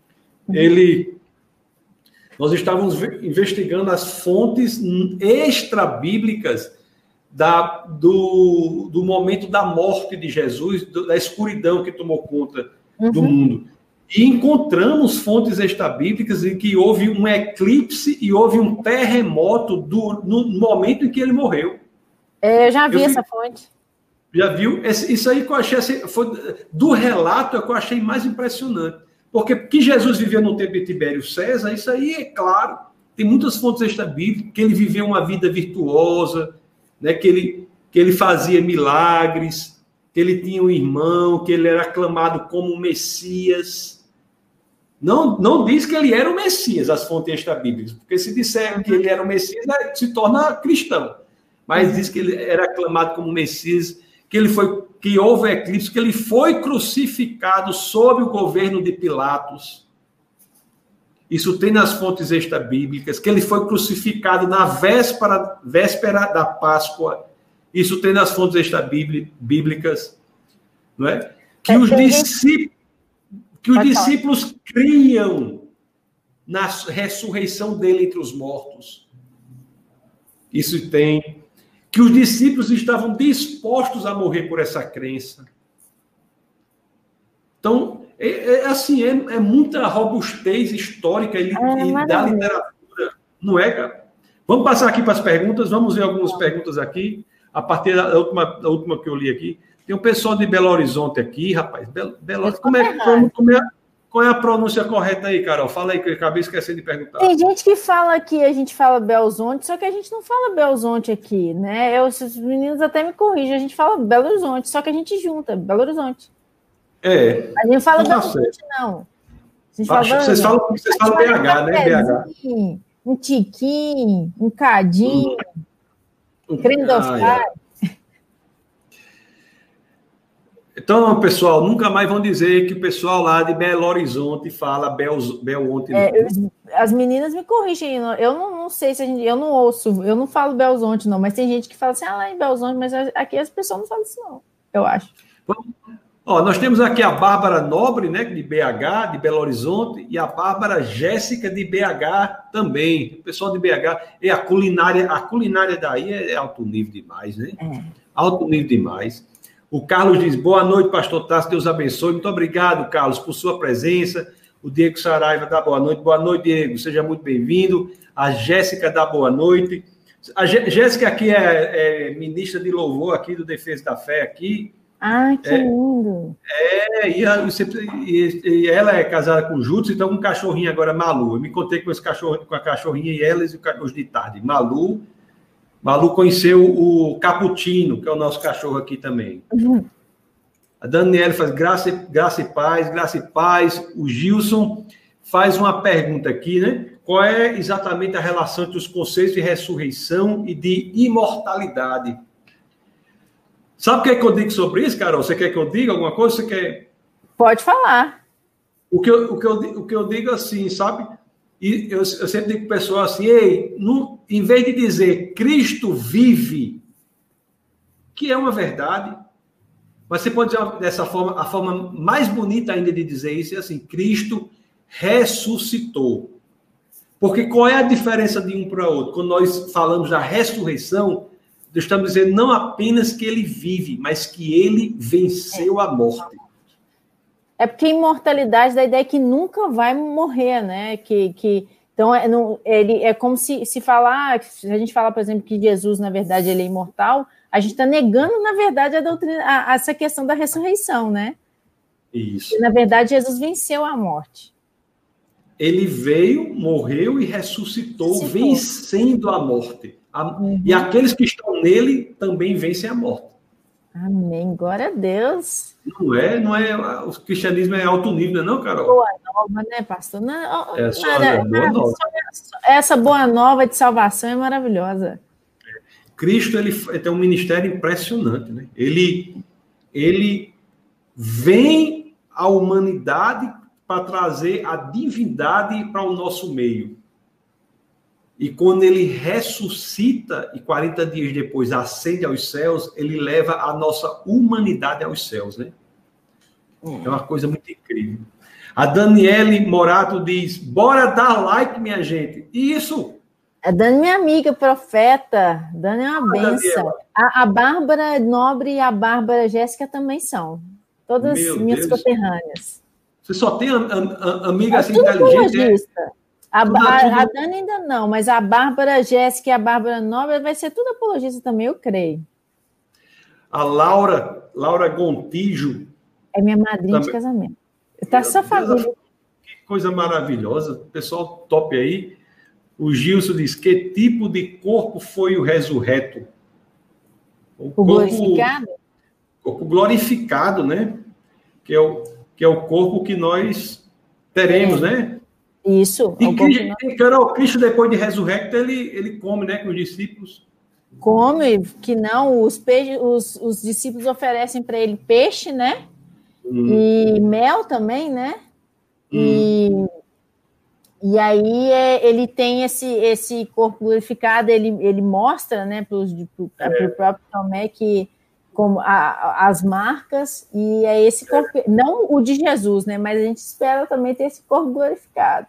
Nós estávamos investigando as fontes extra-bíblicas do momento da morte de Jesus, da escuridão que tomou conta do mundo. E encontramos fontes extra-bíblicas em que houve um eclipse e houve um terremoto no momento em que ele morreu. Eu já vi essa fonte. Já viu? Isso aí que eu achei, do relato, é que eu achei mais impressionante. Porque que Jesus viveu no tempo de Tibério César, isso aí é claro. Tem muitas fontes extra-bíblicas, que ele viveu uma vida virtuosa, né, que ele fazia milagres, que ele tinha um irmão, que ele era aclamado como Messias. Não diz que ele era o Messias, as fontes extra-bíblicas, porque se disser que ele era o Messias, se torna cristão. Mas diz que ele era aclamado como Messias, que houve eclipse, que ele foi crucificado sob o governo de Pilatos. Isso tem nas fontes extra-bíblicas, que ele foi crucificado na véspera da Páscoa. Isso tem nas fontes extra-bíblicas, não é? Que os discípulos criam na ressurreição dele entre os mortos. Isso tem. Que os discípulos estavam dispostos a morrer por essa crença. Então, é muita robustez histórica e da literatura, não é, cara? Vamos passar aqui para as perguntas, vamos ver algumas perguntas aqui, a partir da última que eu li aqui. Tem um pessoal de Belo Horizonte aqui, rapaz. Belo Horizonte, qual é a pronúncia correta aí, Carol? Fala aí, que eu acabei esquecendo de perguntar. Tem gente que fala que a gente fala Belzonte, só que a gente não fala Belzonte aqui, né? Os meninos até me corrigem, a gente fala Belo Horizonte, só que a gente junta, Belo Horizonte. A gente fala Belzonte, não. Vocês falam BH, né? BH. Um tiquinho, um cadinho, creme do Então, pessoal, nunca mais vão dizer que o pessoal lá de Belo Horizonte fala Belzonte. As meninas me corrigem, eu não sei se eu não ouço, eu não falo Belzonte, não, mas tem gente que fala assim, lá em Belzonte, mas aqui as pessoas não falam isso, não, eu acho. Nós temos aqui a Bárbara Nobre, né, de BH, de Belo Horizonte, e a Bárbara Jéssica, de BH também. O pessoal de BH, a culinária daí é alto nível demais, né? Alto nível demais. O Carlos diz, boa noite, pastor Tássio, Deus abençoe. Muito obrigado, Carlos, por sua presença. O Diego Saraiva dá boa noite. Boa noite, Diego, seja muito bem-vindo. A Jéssica dá boa noite. A Jéssica aqui é ministra de louvor aqui do Defesa da Fé aqui. Ah, que lindo! E ela é casada com o Júlio, então com um cachorrinho agora, Malu. Eu me contei com esse cachorro, com a cachorrinha e elas hoje de tarde. Malu conheceu o Caputino, que é o nosso cachorro aqui também. Uhum. A Daniela faz graça e paz, graça e paz. O Gilson faz uma pergunta aqui, né? Qual é exatamente a relação entre os conceitos de ressurreição e de imortalidade? Sabe o que é que eu digo sobre isso, Carol? Você quer que eu diga alguma coisa? Você quer... Pode falar. O que eu digo assim, sabe? E eu sempre digo para o pessoal assim, em vez de dizer Cristo vive, que é uma verdade, mas você pode dizer dessa forma, a forma mais bonita ainda de dizer isso é assim, Cristo ressuscitou. Porque qual é a diferença de um para o outro? Quando nós falamos da ressurreição, nós estamos dizendo não apenas que ele vive, mas que ele venceu a morte. É porque imortalidade da ideia que nunca vai morrer, né? Então, ele é como se falar, se a gente falar, por exemplo, que Jesus, na verdade, ele é imortal, a gente está negando, na verdade, a doutrina, essa questão da ressurreição, né? Isso. E, na verdade, Jesus venceu a morte. Ele veio, morreu e ressuscitou, vencendo a morte. E aqueles que estão nele também vencem a morte. Amém. Glória a Deus. Não é. O cristianismo é alto nível, não, Carol? Boa nova, né, pastor? Boa nova. Essa boa nova de salvação é maravilhosa. Cristo, ele tem um ministério impressionante, né? Ele vem à humanidade para trazer a divindade para o nosso meio. E quando ele ressuscita e 40 dias depois ascende aos céus, ele leva a nossa humanidade aos céus, né? É uma coisa muito incrível. A Daniele Morato diz, bora dar like, minha gente. Isso! A Dani, minha amiga, profeta. Dani é uma benção. A Bárbara Nobre e a Bárbara Jéssica também são. Todas minhas conterrâneas. Você só tem amiga assim inteligente? A Dani ainda não, mas a Bárbara Jéssica e a Bárbara Nobre vai ser tudo apologista também, eu creio. A Laura Gontijo. É minha madrinha de casamento. Está só família. Que coisa maravilhosa. Pessoal top aí. O Gilson diz, que tipo de corpo foi o ressurreto? O glorificado? Corpo glorificado, né? Que é o corpo que nós teremos, né? Isso. E Carol, Cristo, depois de ressurrecto, ele come, né, com os discípulos. Come, que não, os discípulos oferecem para ele peixe, né? E mel também, né? E aí ele tem esse corpo glorificado, ele mostra, né, para o próprio Tomé que como as marcas, e é esse corpo, não o de Jesus, né? Mas a gente espera também ter esse corpo glorificado.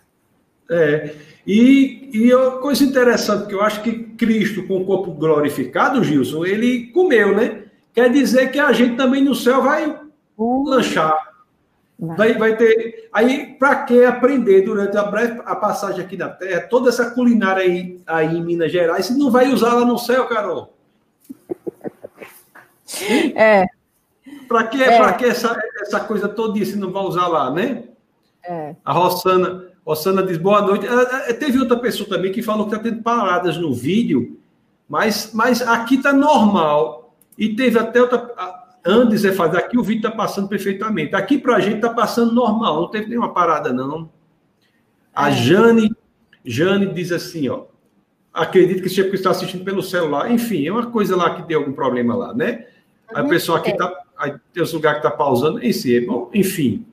E uma coisa interessante, que eu acho que Cristo, com o corpo glorificado, Gilson, ele comeu, né? Quer dizer que a gente também no céu vai lanchar. Vai ter. Aí, para que aprender durante a passagem aqui na Terra, toda essa culinária aí em Minas Gerais, se não vai usar lá no céu, Carol? Para que essa coisa toda se não vai usar lá, né? A Rossana diz boa noite. Teve outra pessoa também que falou que está tendo paradas no vídeo, mas aqui está normal. E teve até outra. Antes fazer aqui, o vídeo está passando perfeitamente. Aqui para a gente está passando normal, não teve nenhuma parada, não. A Jane diz assim, ó. Acredito que seja porque está assistindo pelo celular. Enfim, é uma coisa lá que deu algum problema lá, né? Aí o pessoal aqui tá. Aí tem os lugares que está pausando. Enfim.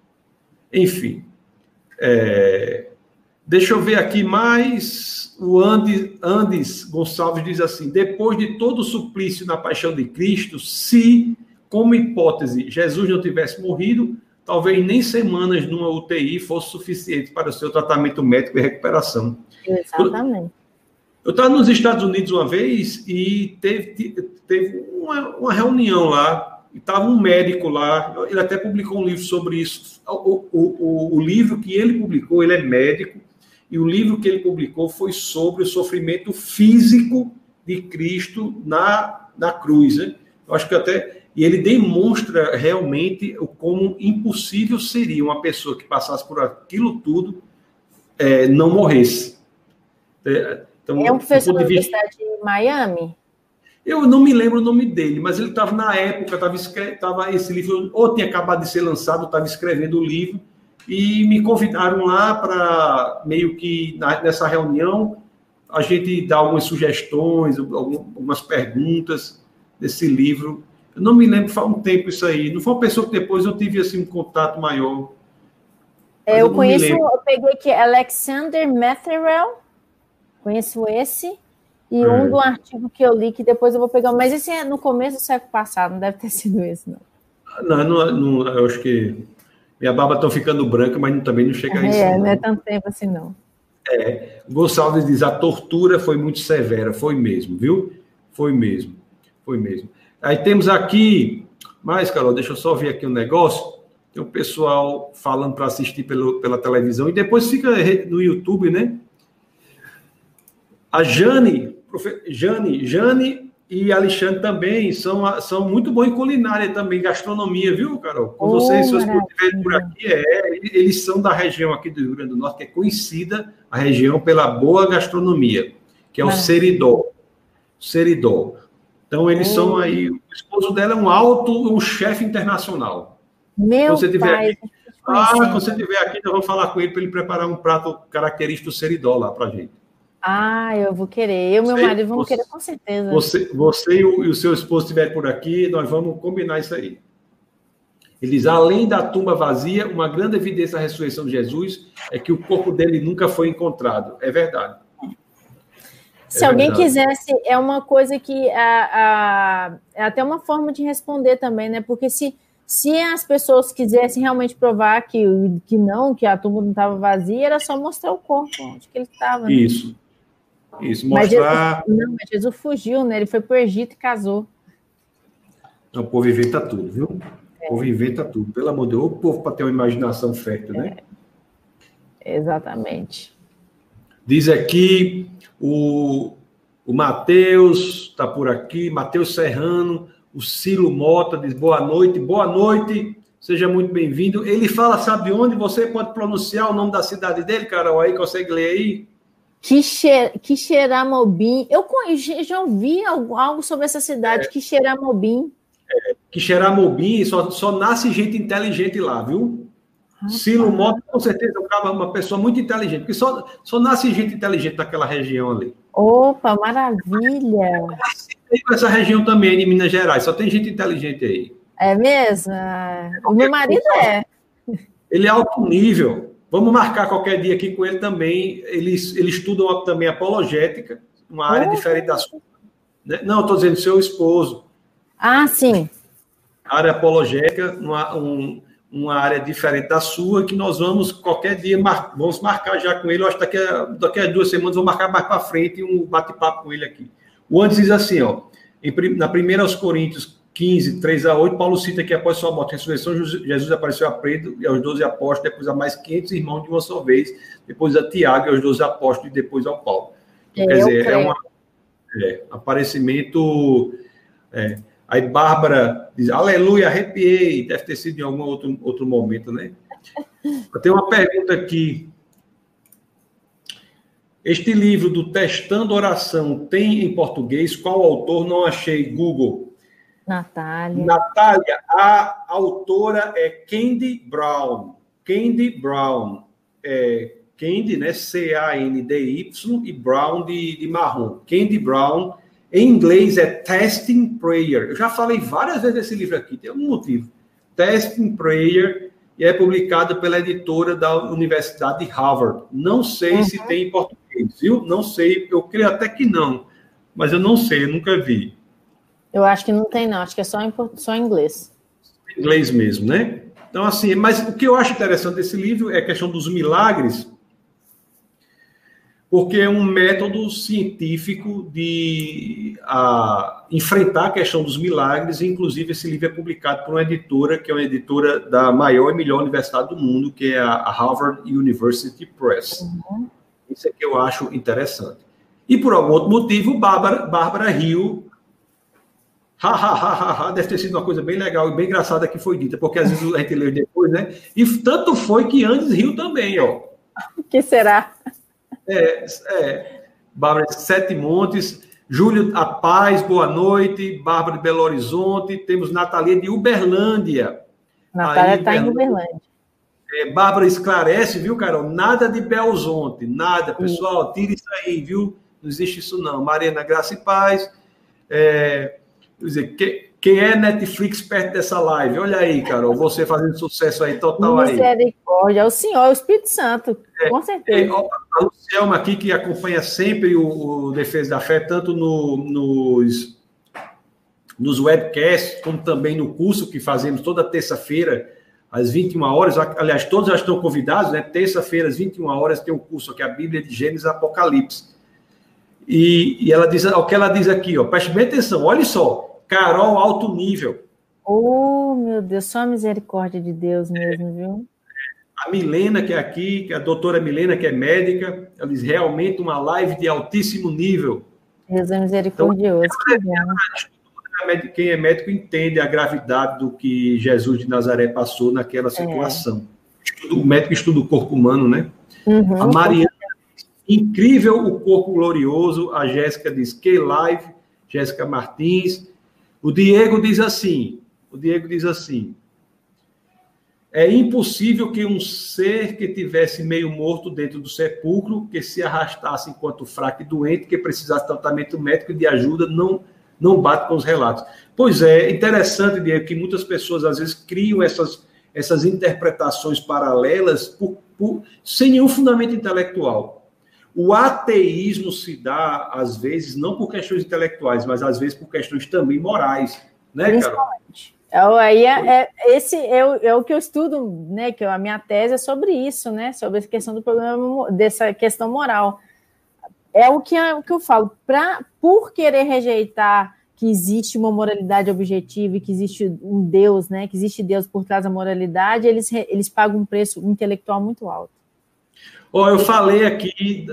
Deixa eu ver aqui mais. O Andes Gonçalves diz assim: depois de todo o suplício na paixão de Cristo, se, como hipótese, Jesus não tivesse morrido, talvez nem semanas numa UTI fosse suficiente para o seu tratamento médico e recuperação. Exatamente. Eu estava nos Estados Unidos uma vez e teve uma reunião lá, e estava um médico lá, ele até publicou um livro sobre isso. O livro que ele publicou, ele é médico, e o livro que ele publicou foi sobre o sofrimento físico de Cristo na cruz, né? Eu acho que até e ele demonstra realmente como impossível seria uma pessoa que passasse por aquilo tudo não morresse. Então, é um professor da Universidade de Miami? Eu não me lembro o nome dele, mas ele estava na época, esse livro ou tinha acabado de ser lançado, estava escrevendo o livro, e me convidaram lá para, meio que nessa reunião, a gente dar algumas sugestões, algumas perguntas desse livro. Eu não me lembro, faz um tempo isso aí. Não foi uma pessoa que depois eu tive assim, um contato maior. Eu conheço, eu peguei aqui Alexander Metherell, conheço esse, e um do artigo que eu li, que depois eu vou pegar, mas esse é no começo do século passado, não deve ter sido esse, não. Não, eu acho que minha barba está ficando branca, mas também não chega a isso. Não é tanto tempo assim, não. Gonçalves diz, a tortura foi muito severa, foi mesmo, viu? Foi mesmo. Aí temos aqui, Carol, deixa eu só ver aqui um negócio, tem o pessoal falando para assistir pela televisão, e depois fica no YouTube, né? A Jane e Alexandre também são muito bons em culinária também, gastronomia, viu, Carol? Com vocês, se vocês estiverem por aqui, eles são da região aqui do Rio Grande do Norte, que é conhecida a região pela boa gastronomia, que é o Seridó. Então, eles são aí, o esposo dela é um chefe internacional. Meu pai. Quando você estiver aqui, nós vamos falar com ele para ele preparar um prato característico do Seridó lá para a gente. Eu vou querer. Eu e meu marido vamos querer, com certeza. Você e o seu esposo estiverem por aqui, nós vamos combinar isso aí. Ele diz, além da tumba vazia, uma grande evidência da ressurreição de Jesus é que o corpo dele nunca foi encontrado. É verdade. Se alguém quisesse, é uma coisa que é até uma forma de responder também, né? Porque se as pessoas quisessem realmente provar que a tumba não estava vazia, era só mostrar o corpo, onde que ele estava. Né? Isso, mostrar... Mas Jesus fugiu, né? Ele foi para o Egito e casou. O povo inventa tudo, viu? O povo inventa tudo. Pelo amor de Deus, o povo para ter uma imaginação fértil, né? Exatamente. Diz aqui o Matheus, está por aqui, Matheus Serrano, o Ciro Mota diz boa noite, seja muito bem-vindo. Ele fala, sabe onde? Você pode pronunciar o nome da cidade dele, Carol, aí, consegue ler aí? Quixeramobim. Eu já ouvi algo sobre essa cidade, Quixeramobim. Quixeramobim, só nasce gente inteligente lá, viu? Ciro Mota, com certeza, é uma pessoa muito inteligente, porque só nasce gente inteligente naquela região ali. Opa, maravilha! Essa região também é de Minas Gerais, só tem gente inteligente aí. É mesmo? O meu marido é. Ele é alto nível. Vamos marcar qualquer dia aqui com ele também. Eles estudam também apologética, uma área diferente da sua. Né? Não, estou dizendo seu esposo. Sim. A área apologética, uma área diferente da sua, que nós vamos qualquer dia, vamos marcar já com ele. Eu acho que daqui a 2 semanas vou marcar mais para frente um bate-papo com ele aqui. O antes diz assim, na 1 aos Coríntios 15, 3-8, Paulo cita que após sua morte e ressurreição, Jesus apareceu a Pedro e aos 12 apóstolos, depois a mais 500 irmãos de uma só vez, depois a Tiago e aos 12 apóstolos e depois ao Paulo. Então, quer dizer, é um aparecimento... Aí Bárbara diz, aleluia, arrepiei. Deve ter sido em algum outro momento, né? Eu tenho uma pergunta aqui. Este livro do Testando Oração tem em português? Qual autor? Não achei. Google. Natália, a autora é Candy Brown. Candy, né? C-A-N-D-Y e Brown de marrom. Candy Brown. Em inglês é Testing Prayer. Eu já falei várias vezes desse livro aqui, tem algum motivo. Testing Prayer, e é publicado pela editora da Universidade de Harvard. Não sei se tem em português, viu? Não sei, eu creio até que não, mas eu não sei, eu nunca vi. Eu acho que não tem, não. Acho que é só em inglês. Inglês mesmo, né? Então, assim, mas o que eu acho interessante desse livro é a questão dos milagres, porque é um método científico de enfrentar a questão dos milagres, e inclusive esse livro é publicado por uma editora, que é uma editora da maior e melhor universidade do mundo, que é a Harvard University Press. Isso é que eu acho interessante. E por algum outro motivo, Bárbara Hill Deve ter sido uma coisa bem legal e bem engraçada que foi dita, porque às vezes a gente lê depois, né? E tanto foi que Andes riu também, ó. O que será? Bárbara de Sete Montes, Júlio A Paz, boa noite. Bárbara de Belo Horizonte, temos Natalia de Uberlândia. Natália está em Uberlândia. Bárbara esclarece, viu, Carol? Nada de Belzonte, nada, pessoal, tira isso aí, viu? Não existe isso não. Mariana Graça e Paz. Quer dizer, quem é Netflix perto dessa live? Olha aí, Carol, você fazendo sucesso aí total aí. Misericórdia, é o Senhor, é o Espírito Santo, com certeza. A Lucielma aqui, que acompanha sempre o Defesa da Fé, tanto nos webcasts, como também no curso que fazemos toda terça-feira, às 21 horas. Aliás, todos já estão convidados, né? Terça-feira, às 21 horas, tem um curso aqui, a Bíblia de Gênesis e Apocalipse. E ela diz, o que ela diz aqui, ó, preste bem atenção, olha só. Carol, alto nível. Oh, meu Deus, só a misericórdia de Deus mesmo, viu? A Milena, que é aqui, que é a doutora Milena, que é médica, ela diz, realmente uma live de altíssimo nível. Deus é misericordioso. Então, quem é médico entende a gravidade do que Jesus de Nazaré passou naquela situação. O médico estuda o corpo humano, né? Uhum. A Mariana, incrível o corpo glorioso. A Jéssica diz, que live. Jéssica Martins. O Diego diz assim, é impossível que um ser que tivesse meio morto dentro do sepulcro, que se arrastasse enquanto fraco e doente, que precisasse de tratamento médico e de ajuda, não bate com os relatos. Pois é, interessante, Diego, que muitas pessoas às vezes criam essas interpretações paralelas sem nenhum fundamento intelectual. O ateísmo se dá, às vezes, não por questões intelectuais, mas às vezes por questões também morais, né, Carol? Aí esse é o que eu estudo, né? Que a minha tese é sobre isso, né? Sobre essa questão do problema, dessa questão moral. É o que eu falo. Por querer rejeitar que existe uma moralidade objetiva e que existe um Deus, né? Que existe Deus por trás da moralidade, eles pagam um preço intelectual muito alto. Eu falei aqui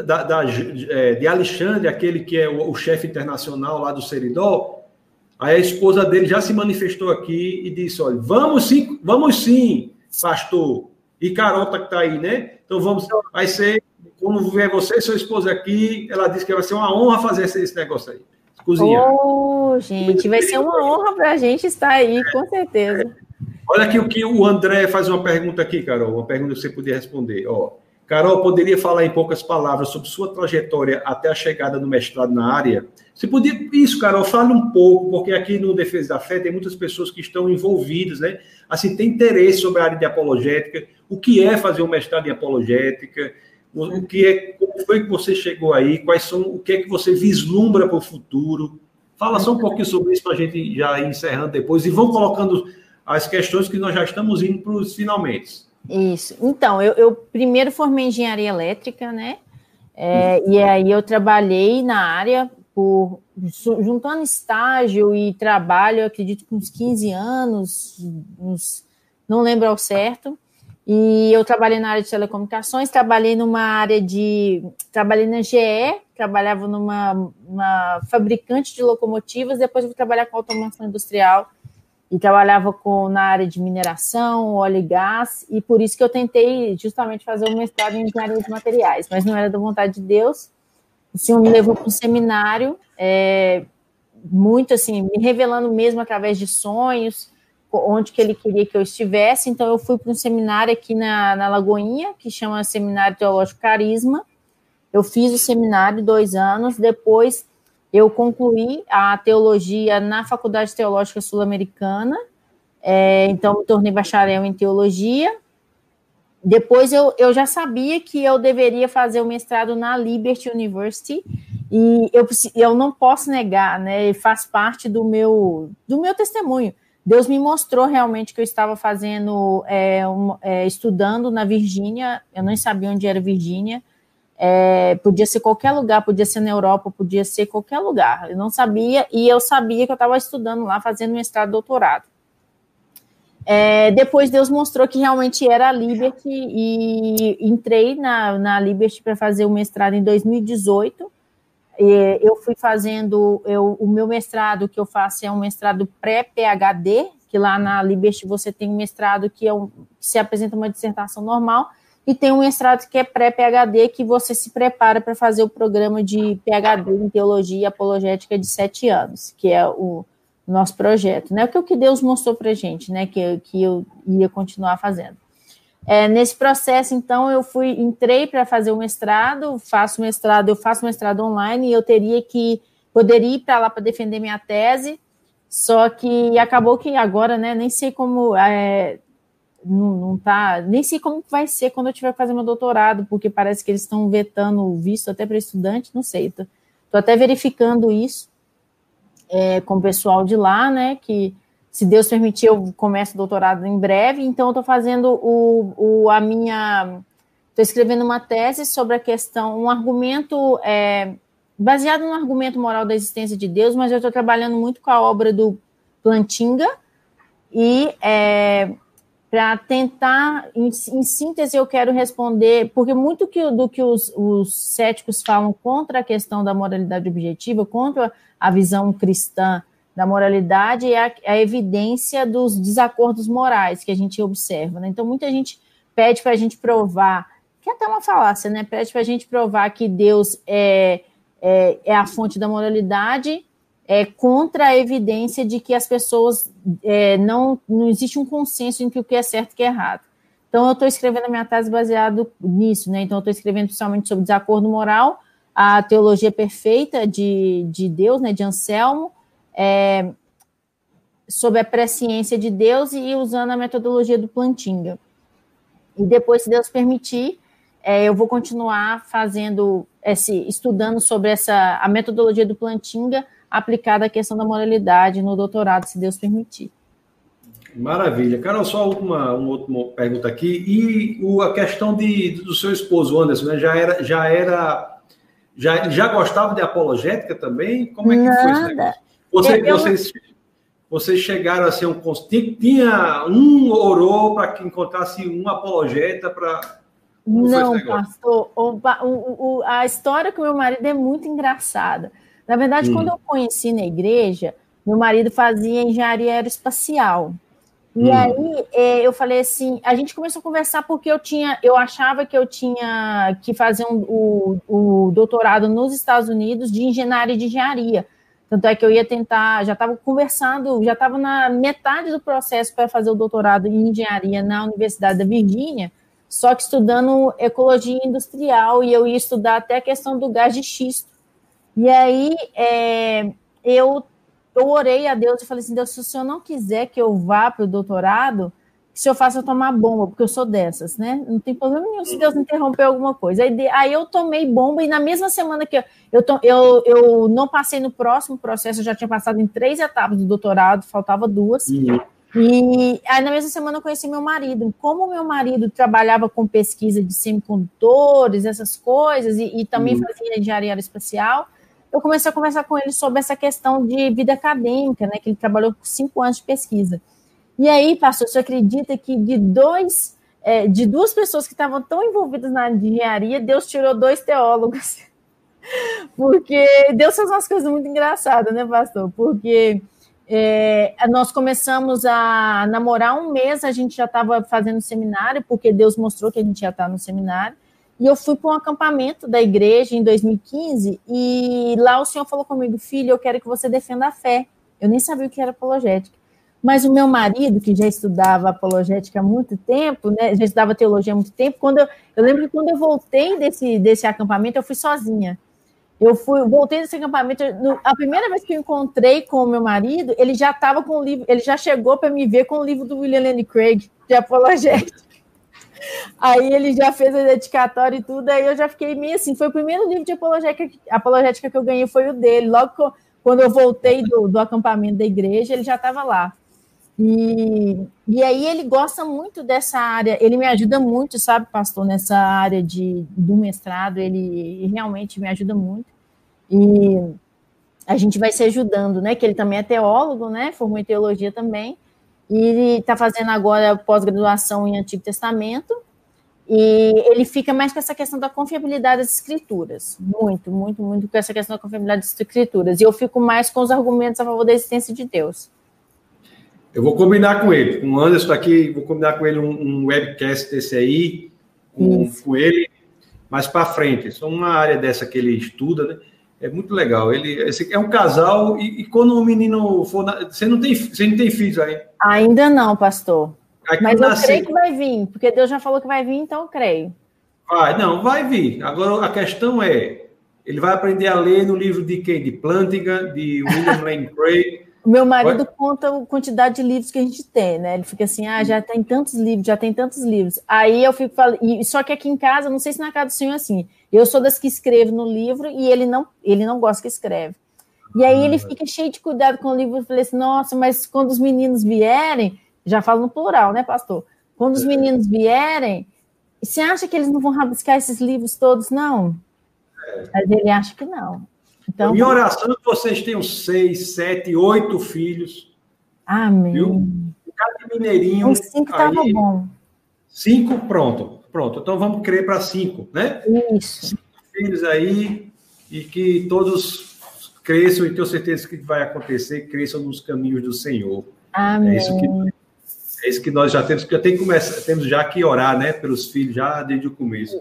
de Alexandre, aquele que é o chefe internacional lá do Seridó. Aí a esposa dele já se manifestou aqui e disse, olha, vamos sim, pastor. E Carol que está aí, né? Então vai ser, quando vier você e sua esposa aqui, ela disse que vai ser uma honra fazer esse negócio aí. Cozinhar. Gente, vai ser uma honra para a gente estar aí, com certeza. Olha aqui o que o André faz uma pergunta aqui, Carol, uma pergunta que você podia responder. Carol, poderia falar em poucas palavras sobre sua trajetória até a chegada no mestrado na área? Você podia... Isso, Carol, fale um pouco, porque aqui no Defesa da Fé tem muitas pessoas que estão envolvidas, né? Assim, tem interesse sobre a área de apologética, o que é fazer um mestrado em apologética, como foi que você chegou aí, o que é que você vislumbra para o futuro. Fala só um pouquinho sobre isso para a gente já ir encerrando depois e vão colocando as questões que nós já estamos indo para os finalmente. Isso. Então, eu primeiro formei em engenharia elétrica, né? E aí eu trabalhei na área juntando estágio e trabalho, eu acredito que uns 15 anos, não lembro ao certo. E eu trabalhei na área de telecomunicações, trabalhei na GE, trabalhava numa fabricante de locomotivas, depois eu fui trabalhar com automação industrial e trabalhava na área de mineração, óleo e gás, e por isso que eu tentei justamente fazer o mestrado em engenharia de materiais, mas não era da vontade de Deus. O Senhor me levou para um seminário, muito assim, me revelando mesmo através de sonhos, onde que ele queria que eu estivesse. Então eu fui para um seminário aqui na Lagoinha, que chama Seminário Teológico Carisma. Eu fiz o seminário 2 anos, depois eu concluí a teologia na Faculdade Teológica Sul-Americana, então me tornei bacharel em teologia. Depois eu já sabia que eu deveria fazer o mestrado na Liberty University, e eu não posso negar, né, faz parte do meu testemunho. Deus me mostrou realmente que eu estava fazendo, estudando na Virgínia, eu nem sabia onde era Virgínia, podia ser qualquer lugar, podia ser na Europa, podia ser qualquer lugar, eu não sabia, e eu sabia que eu estava estudando lá, fazendo mestrado e doutorado. Depois Deus mostrou que realmente era a Liberty, e entrei na Liberty para fazer o mestrado em 2018, Eu fui fazendo, o meu mestrado que eu faço é um mestrado pré-PhD, que lá na Liberty você tem um mestrado que se apresenta uma dissertação normal, e tem um mestrado que é pré-PhD, que você se prepara para fazer o programa de PhD em Teologia e Apologética de 7 anos, que é o nosso projeto, né? O que Deus mostrou para a gente, né? Que eu ia continuar fazendo. Nesse processo, então, entrei para fazer o mestrado, eu faço mestrado online, e eu poderia ir para lá para defender minha tese, só que acabou que agora, né, nem sei como, não tá, nem sei como vai ser quando eu tiver que fazer meu doutorado, porque parece que eles estão vetando o visto até para estudante, não sei, tô até verificando isso com o pessoal de lá, né, que se Deus permitir, eu começo o doutorado em breve, então eu estou fazendo estou escrevendo uma tese sobre a questão, um argumento baseado no argumento moral da existência de Deus, mas eu estou trabalhando muito com a obra do Plantinga, e para tentar, em síntese, eu quero responder, porque muito do que os céticos falam contra a questão da moralidade objetiva, contra a visão cristã da moralidade, é a evidência dos desacordos morais que a gente observa, né? Então, muita gente pede para a gente provar, que é até uma falácia, né? Pede para a gente provar que Deus é a fonte da moralidade, contra a evidência de que as pessoas não existe um consenso entre o que é certo e o que é errado. Então, eu estou escrevendo a minha tese baseado nisso, né? Então, eu estou escrevendo principalmente sobre desacordo moral, a teologia perfeita de Deus, né? De Anselmo, sobre a presciência de Deus, e usando a metodologia do Plantinga. E depois, se Deus permitir, eu vou continuar estudando sobre a metodologia do Plantinga aplicada à questão da moralidade no doutorado, se Deus permitir. Maravilha. Carol, só uma última pergunta aqui. E a questão do seu esposo, Anderson, né? Já gostava de apologética também? Como é que foi esse negócio? Vocês chegaram a ser tinha orou para que encontrasse um apologeta para... Não, pastor. A história com meu marido é muito engraçada. Na verdade, quando eu conheci na igreja, meu marido fazia engenharia aeroespacial. E aí eu falei assim, a gente começou a conversar porque eu achava que eu tinha que fazer o doutorado nos Estados Unidos de engenharia. Tanto é que eu ia tentar, já estava conversando, já estava na metade do processo para fazer o doutorado em engenharia na Universidade da Virgínia, só que estudando ecologia industrial, e eu ia estudar até a questão do gás de xisto. E aí eu orei a Deus e falei assim, Deus, se o Senhor não quiser que eu vá para o doutorado, que o Senhor faça eu tomar bomba, porque eu sou dessas, né? Não tem problema nenhum se Deus interromper alguma coisa. Aí eu tomei bomba, e na mesma semana que eu não passei no próximo processo, eu já tinha passado em 3 etapas do doutorado, faltava 2. E aí na mesma semana eu conheci meu marido. Como meu marido trabalhava com pesquisa de semicondutores, essas coisas, e também fazia engenharia aeroespacial, eu comecei a conversar com ele sobre essa questão de vida acadêmica, né? Que ele trabalhou com 5 anos de pesquisa. E aí, pastor, você acredita que de 2 pessoas que estavam tão envolvidas na engenharia, Deus tirou 2 teólogos? Porque Deus faz umas coisas muito engraçadas, né, pastor? Porque nós começamos a namorar 1 mês, a gente já estava fazendo seminário, porque Deus mostrou que a gente ia estar no seminário, e eu fui para um acampamento da igreja em 2015, e lá o Senhor falou comigo, filho, eu quero que você defenda a fé. Eu nem sabia o que era apologética. Mas o meu marido, que já estudava apologética há muito tempo, né, já estudava teologia há muito tempo, eu lembro que quando eu voltei desse acampamento, eu fui sozinha. Voltei desse acampamento, a primeira vez que eu encontrei com o meu marido, ele já estava com o livro, ele já chegou para me ver com o livro do William Lane Craig, de apologética. Aí ele já fez a dedicatória e tudo, aí eu já fiquei meio assim, foi o primeiro livro de apologética que eu ganhei, foi o dele. Logo quando eu voltei do acampamento da igreja, ele já estava lá. E aí ele gosta muito dessa área, ele me ajuda muito, sabe, pastor, nessa área do mestrado, ele realmente me ajuda muito, e a gente vai se ajudando, né, que ele também é teólogo, né, formou em teologia também, e ele está fazendo agora pós-graduação em Antigo Testamento, E ele fica mais com essa questão da confiabilidade das escrituras. Muito, muito, muito com essa questão da confiabilidade das escrituras. E eu fico mais com os argumentos a favor da existência de Deus. Eu vou combinar com ele, com o Anderson aqui, vou combinar com ele um webcast desse aí, com ele, mais para frente. Isso é uma área dessa que ele estuda, né? É muito legal. Esse é um casal, e quando o menino for... Você não tem filhos aí? Ainda não, pastor. Mas eu nascer, creio que vai vir, porque Deus já falou que vai vir, então eu creio. Vai vir. Agora, a questão é, ele vai aprender a ler no livro de quem? De Plantinga, de William Lane Craig. O meu marido conta a quantidade de livros que a gente tem, né? Ele fica assim, já tem tantos livros. Aí eu fico falando, só que aqui em casa, não sei se na casa do senhor é assim, eu sou das que escrevo no livro e ele não gosta que escreve. E aí ele fica cheio de cuidado com o livro. Eu falei assim, nossa, mas quando os meninos vierem, já falo no plural, né, pastor? Quando os meninos vierem, você acha que eles não vão rabiscar esses livros todos? Não. Mas ele acha que não. Então, minha oração é que vocês tenham 6, 7, 8 filhos. Amém. Viu? Cada mineirinho. Uns 5 estava bom. 5, pronto. Então vamos crer para 5, né? Isso. 5 filhos aí, e que todos cresçam, e tenho certeza que vai acontecer, cresçam nos caminhos do Senhor. Amém. É isso que nós já temos temos já que orar, né? Pelos filhos, já desde o começo.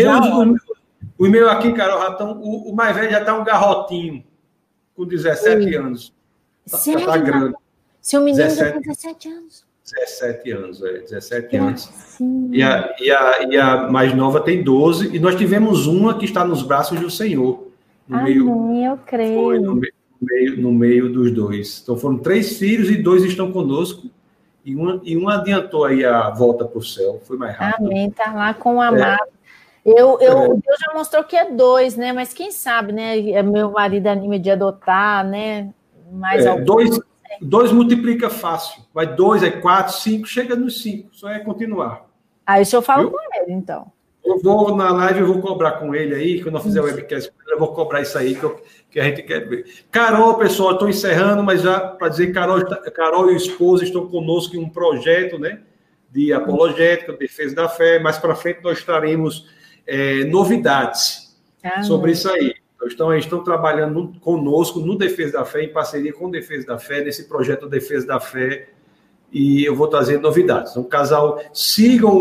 O meu aqui, Carol, o mais velho já está um garrotinho, com 17 anos. Já está grande. Seu menino já tem 17 anos. 17 anos, 17 anos. E a mais nova tem 12, e nós tivemos uma que está nos braços do Senhor. Eu creio. Foi no meio dos dois. Então foram 3 filhos e 2 estão conosco. E um adiantou aí a volta para o céu. Foi mais rápido. Amém, está lá com o amado. Deus já mostrou que é 2, né? Mas quem sabe, né? Meu marido anima de adotar, né? Mais 2 multiplica fácil. Vai 2, 4, 5, chega nos 5. Só é continuar. Aí o senhor fala com ele, então. Eu vou na live, eu vou cobrar com ele aí, quando eu fizer o webcast, eu vou cobrar isso aí que a gente quer ver. Carol, pessoal, estou encerrando, mas já para dizer, Carol e o esposo estão conosco em um projeto, né, de apologética, defesa da fé. Mais para frente nós traremos novidades sobre isso aí. Então, eles estão trabalhando conosco no Defesa da Fé, em parceria com o Defesa da Fé, nesse projeto Defesa da Fé, e eu vou trazer novidades. Então, casal, sigam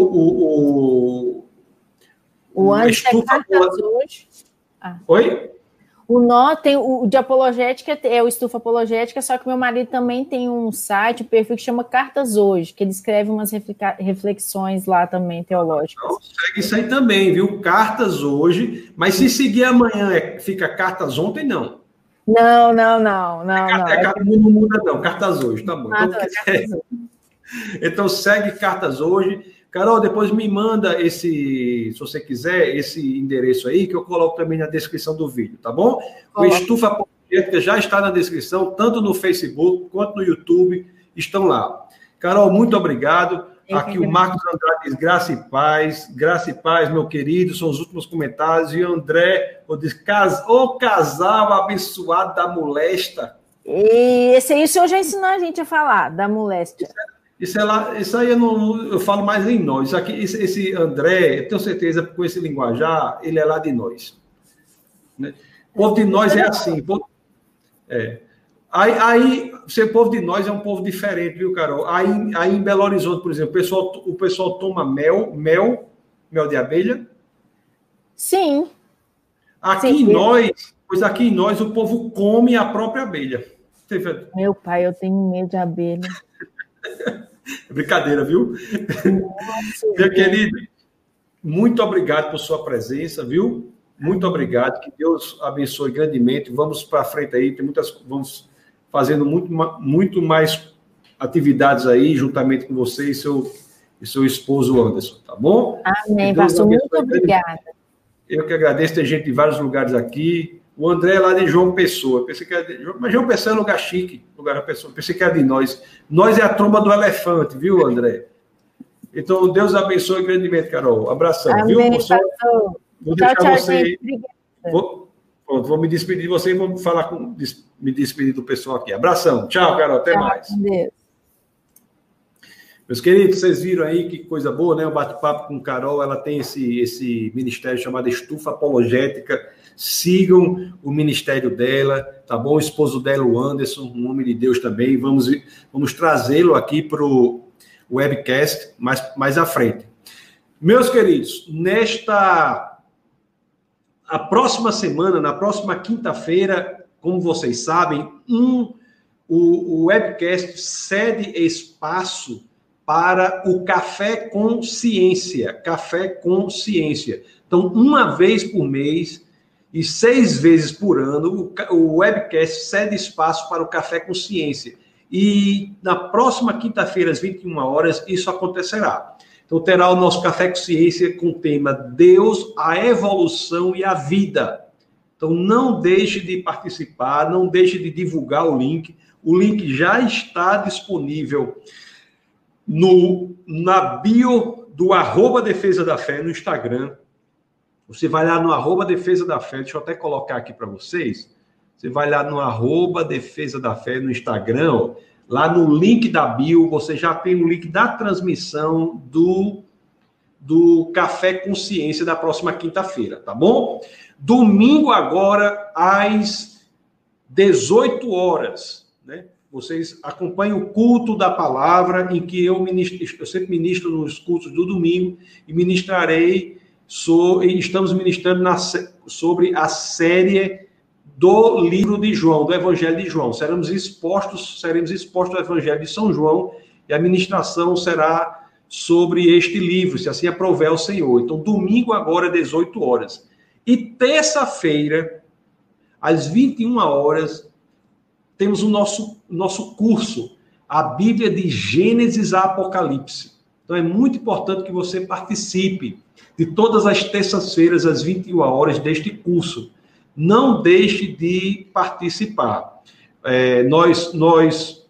o Anderson Cartas hoje. Oi? O Nó tem o de apologética, é o Estufa Apologética, só que meu marido também tem um site, um perfil que chama Cartas Hoje, que ele escreve umas reflexões lá também, teológicas. Então, segue isso aí também, viu? Cartas Hoje, mas se seguir amanhã fica Cartas Ontem, não. Não. Não muda, não. Cartas Hoje, tá bom. Então segue Cartas Hoje. Carol, depois me manda se você quiser, esse endereço aí, que eu coloco também na descrição do vídeo, tá bom? O Estufa Apologética já está na descrição, tanto no Facebook quanto no YouTube, estão lá. Carol, muito obrigado. Aqui o Marcos Andrade diz graça e paz, meu querido, são os últimos comentários. E o André diz, o casal abençoado da molesta. E esse aí o senhor já ensinou a gente a falar, da moléstia. Isso aí eu falo mais em nós. Esse André, eu tenho certeza que com esse linguajar, ele é lá de nós. Né? O povo de nós é assim. Aí, ser povo de nós é um povo diferente, viu, Carol? Aí em Belo Horizonte, por exemplo, o pessoal toma mel de abelha. Sim. Aqui em nós, o povo come a própria abelha. Meu pai, eu tenho medo de abelha. Brincadeira, viu? Nossa, meu querido, muito obrigado por sua presença, viu? Muito obrigado, que Deus abençoe grandemente. Vamos para frente aí, vamos fazendo muito mais atividades aí, juntamente com você e seu esposo Anderson, tá bom? Amém, pastor, muito obrigada. Eu que agradeço, tem gente de vários lugares aqui. O André é lá de João Pessoa. Pensei que era mas João Pessoa é lugar chique, lugar da pessoa. Pensei que era de nós. Nós é a tromba do elefante, viu, André? Então, Deus abençoe grandemente, Carol. Abração, amém, viu? Vou deixar tchau, você. Vou me despedir de você e vou me despedir do pessoal aqui. Abração. Tchau, Carol. Até mais. Deus. Meus queridos, vocês viram aí que coisa boa, né? O bate-papo com Carol, ela tem esse ministério chamado Estufa Apologética. Sigam o ministério dela, tá bom? O esposo dela, o Anderson, um homem de Deus também. Vamos trazê-lo aqui para o webcast mais à frente. Meus queridos, a próxima semana, na próxima quinta-feira, como vocês sabem, o webcast cede espaço para o Café com Ciência. Café com Ciência. Então, uma vez por mês e 6 vezes por ano, o webcast cede espaço para o Café com Ciência. E na próxima quinta-feira, às 21 horas, isso acontecerá. Então, terá o nosso Café com Ciência com o tema Deus, a Evolução e a Vida. Então, não deixe de participar, não deixe de divulgar o link. O link já está disponível na bio do @Defesa da Fé no Instagram. Você vai lá no @Defesa da Fé, deixa eu até colocar aqui para vocês. Você vai lá no @Defesa da Fé no Instagram, ó, lá no link da bio, você já tem o link da transmissão do Café com Ciência da próxima quinta-feira, tá bom? Domingo agora, às 18 horas, né? Vocês acompanham o culto da palavra, em que eu sempre ministro nos cultos do domingo, e estamos ministrando sobre a série do livro de João, do Evangelho de João. Seremos expostos ao Evangelho de São João, e a ministração será sobre este livro, se assim aprover o Senhor. Então, domingo agora, 18 horas. E terça-feira, às 21 horas, temos o nosso curso, a Bíblia de Gênesis a Apocalipse. Então, é muito importante que você participe de todas as terças-feiras, às 21 horas, deste curso. Não deixe de participar. Nós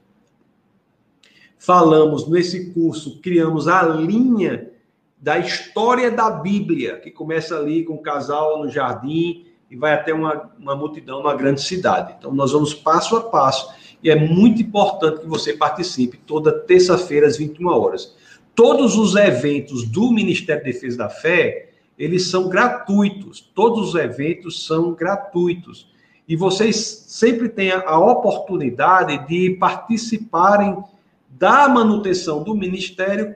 falamos nesse curso, criamos a linha da história da Bíblia, que começa ali com o casal no jardim, e vai até uma multidão numa grande cidade. Então, nós vamos passo a passo. E é muito importante que você participe toda terça-feira, às 21 horas. Todos os eventos do Ministério de Defesa da Fé, eles são gratuitos. Todos os eventos são gratuitos. E vocês sempre têm a oportunidade de participarem da manutenção do Ministério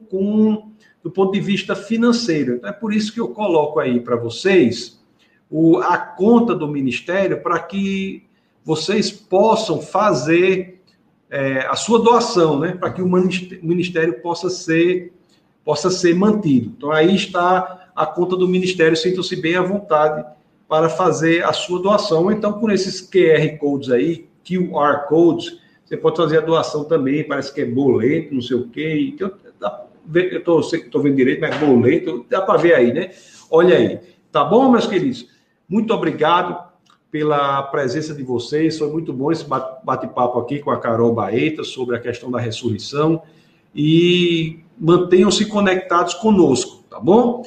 do ponto de vista financeiro. Então, é por isso que eu coloco aí para vocês a conta do Ministério, para que vocês possam fazer a sua doação, né? Para que o Ministério possa ser mantido. Então, aí está a conta do Ministério, sintam-se bem à vontade para fazer a sua doação. Então, com esses QR Codes aí, QR Codes, você pode fazer a doação também, parece que é boleto, não sei o quê. Eu estou vendo direito, mas é boleto, dá para ver aí, né? Olha aí. Tá bom, meus queridos? Muito obrigado pela presença de vocês. Foi muito bom esse bate-papo aqui com a Carol Baeta sobre a questão da ressurreição. E mantenham-se conectados conosco, tá bom?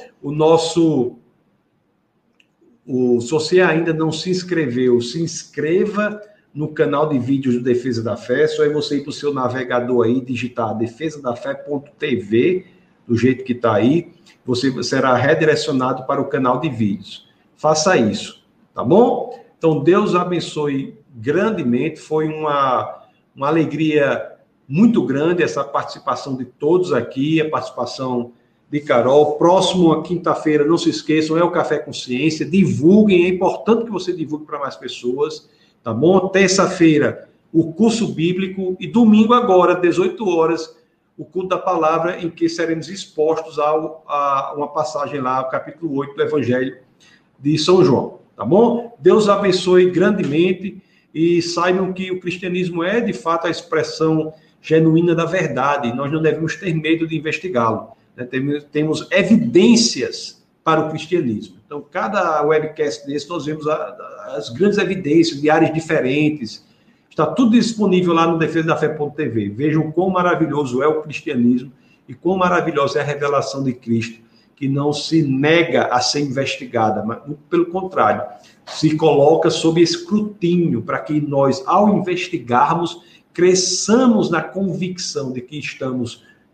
Se você ainda não se inscreveu, se inscreva no canal de vídeos do Defesa da Fé. Só é você ir para o seu navegador aí, digitar defesadafé.tv, do jeito que está aí. Você será redirecionado para o canal de vídeos. Faça isso, tá bom? Então, Deus abençoe grandemente. Foi uma alegria muito grande essa participação de todos aqui, a participação de Carol. Próximo quinta-feira, não se esqueçam, é o Café com Ciência. Divulguem, é importante que você divulgue para mais pessoas, tá bom? Terça-feira, o curso bíblico, e domingo agora, 18 horas, o culto da palavra, em que seremos expostos a uma passagem lá, o capítulo 8 do Evangelho de São João, tá bom? Deus abençoe grandemente e saibam que o cristianismo é, de fato, a expressão genuína da verdade. Nós não devemos ter medo de investigá-lo, né? Temos evidências para o cristianismo. Então, cada webcast desse, nós vemos as grandes evidências de áreas diferentes. Está tudo disponível lá no defesadafé.tv. Vejam quão maravilhoso é o cristianismo e quão maravilhosa é a revelação de Cristo, que não se nega a ser investigada, mas, muito pelo contrário, se coloca sob escrutínio para que nós, ao investigarmos, cresçamos na convicção de que estamos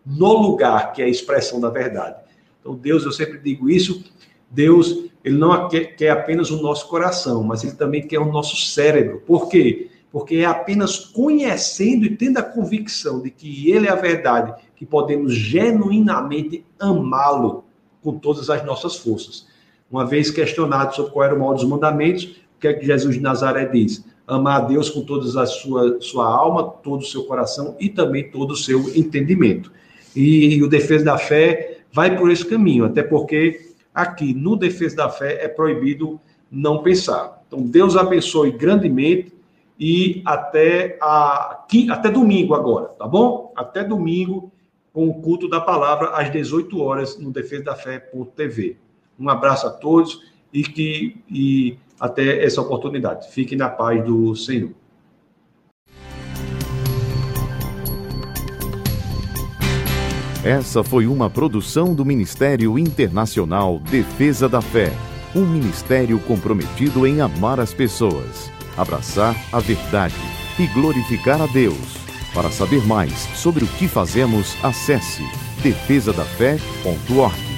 no lugar que é a expressão da verdade. Então, Deus, eu sempre digo isso, Deus, ele não quer apenas o nosso coração, mas ele também quer o nosso cérebro. Por quê? Porque é apenas conhecendo e tendo a convicção de que ele é a verdade que podemos genuinamente amá-lo com todas as nossas forças. Uma vez questionado sobre qual era o maior dos mandamentos, o que é que Jesus de Nazaré diz? Amar a Deus com toda a sua alma, todo o seu coração e também todo o seu entendimento. E o Defesa da Fé vai por esse caminho, até porque aqui no Defesa da Fé é proibido não pensar. Então, Deus abençoe grandemente e até domingo agora, tá bom? Até domingo com o culto da palavra às 18 horas no defesadafé.tv. Um abraço a todos e até essa oportunidade. Fiquem na paz do Senhor. Essa foi uma produção do Ministério Internacional Defesa da Fé, um ministério comprometido em amar as pessoas, abraçar a verdade e glorificar a Deus. Para saber mais sobre o que fazemos, acesse defesadafé.org.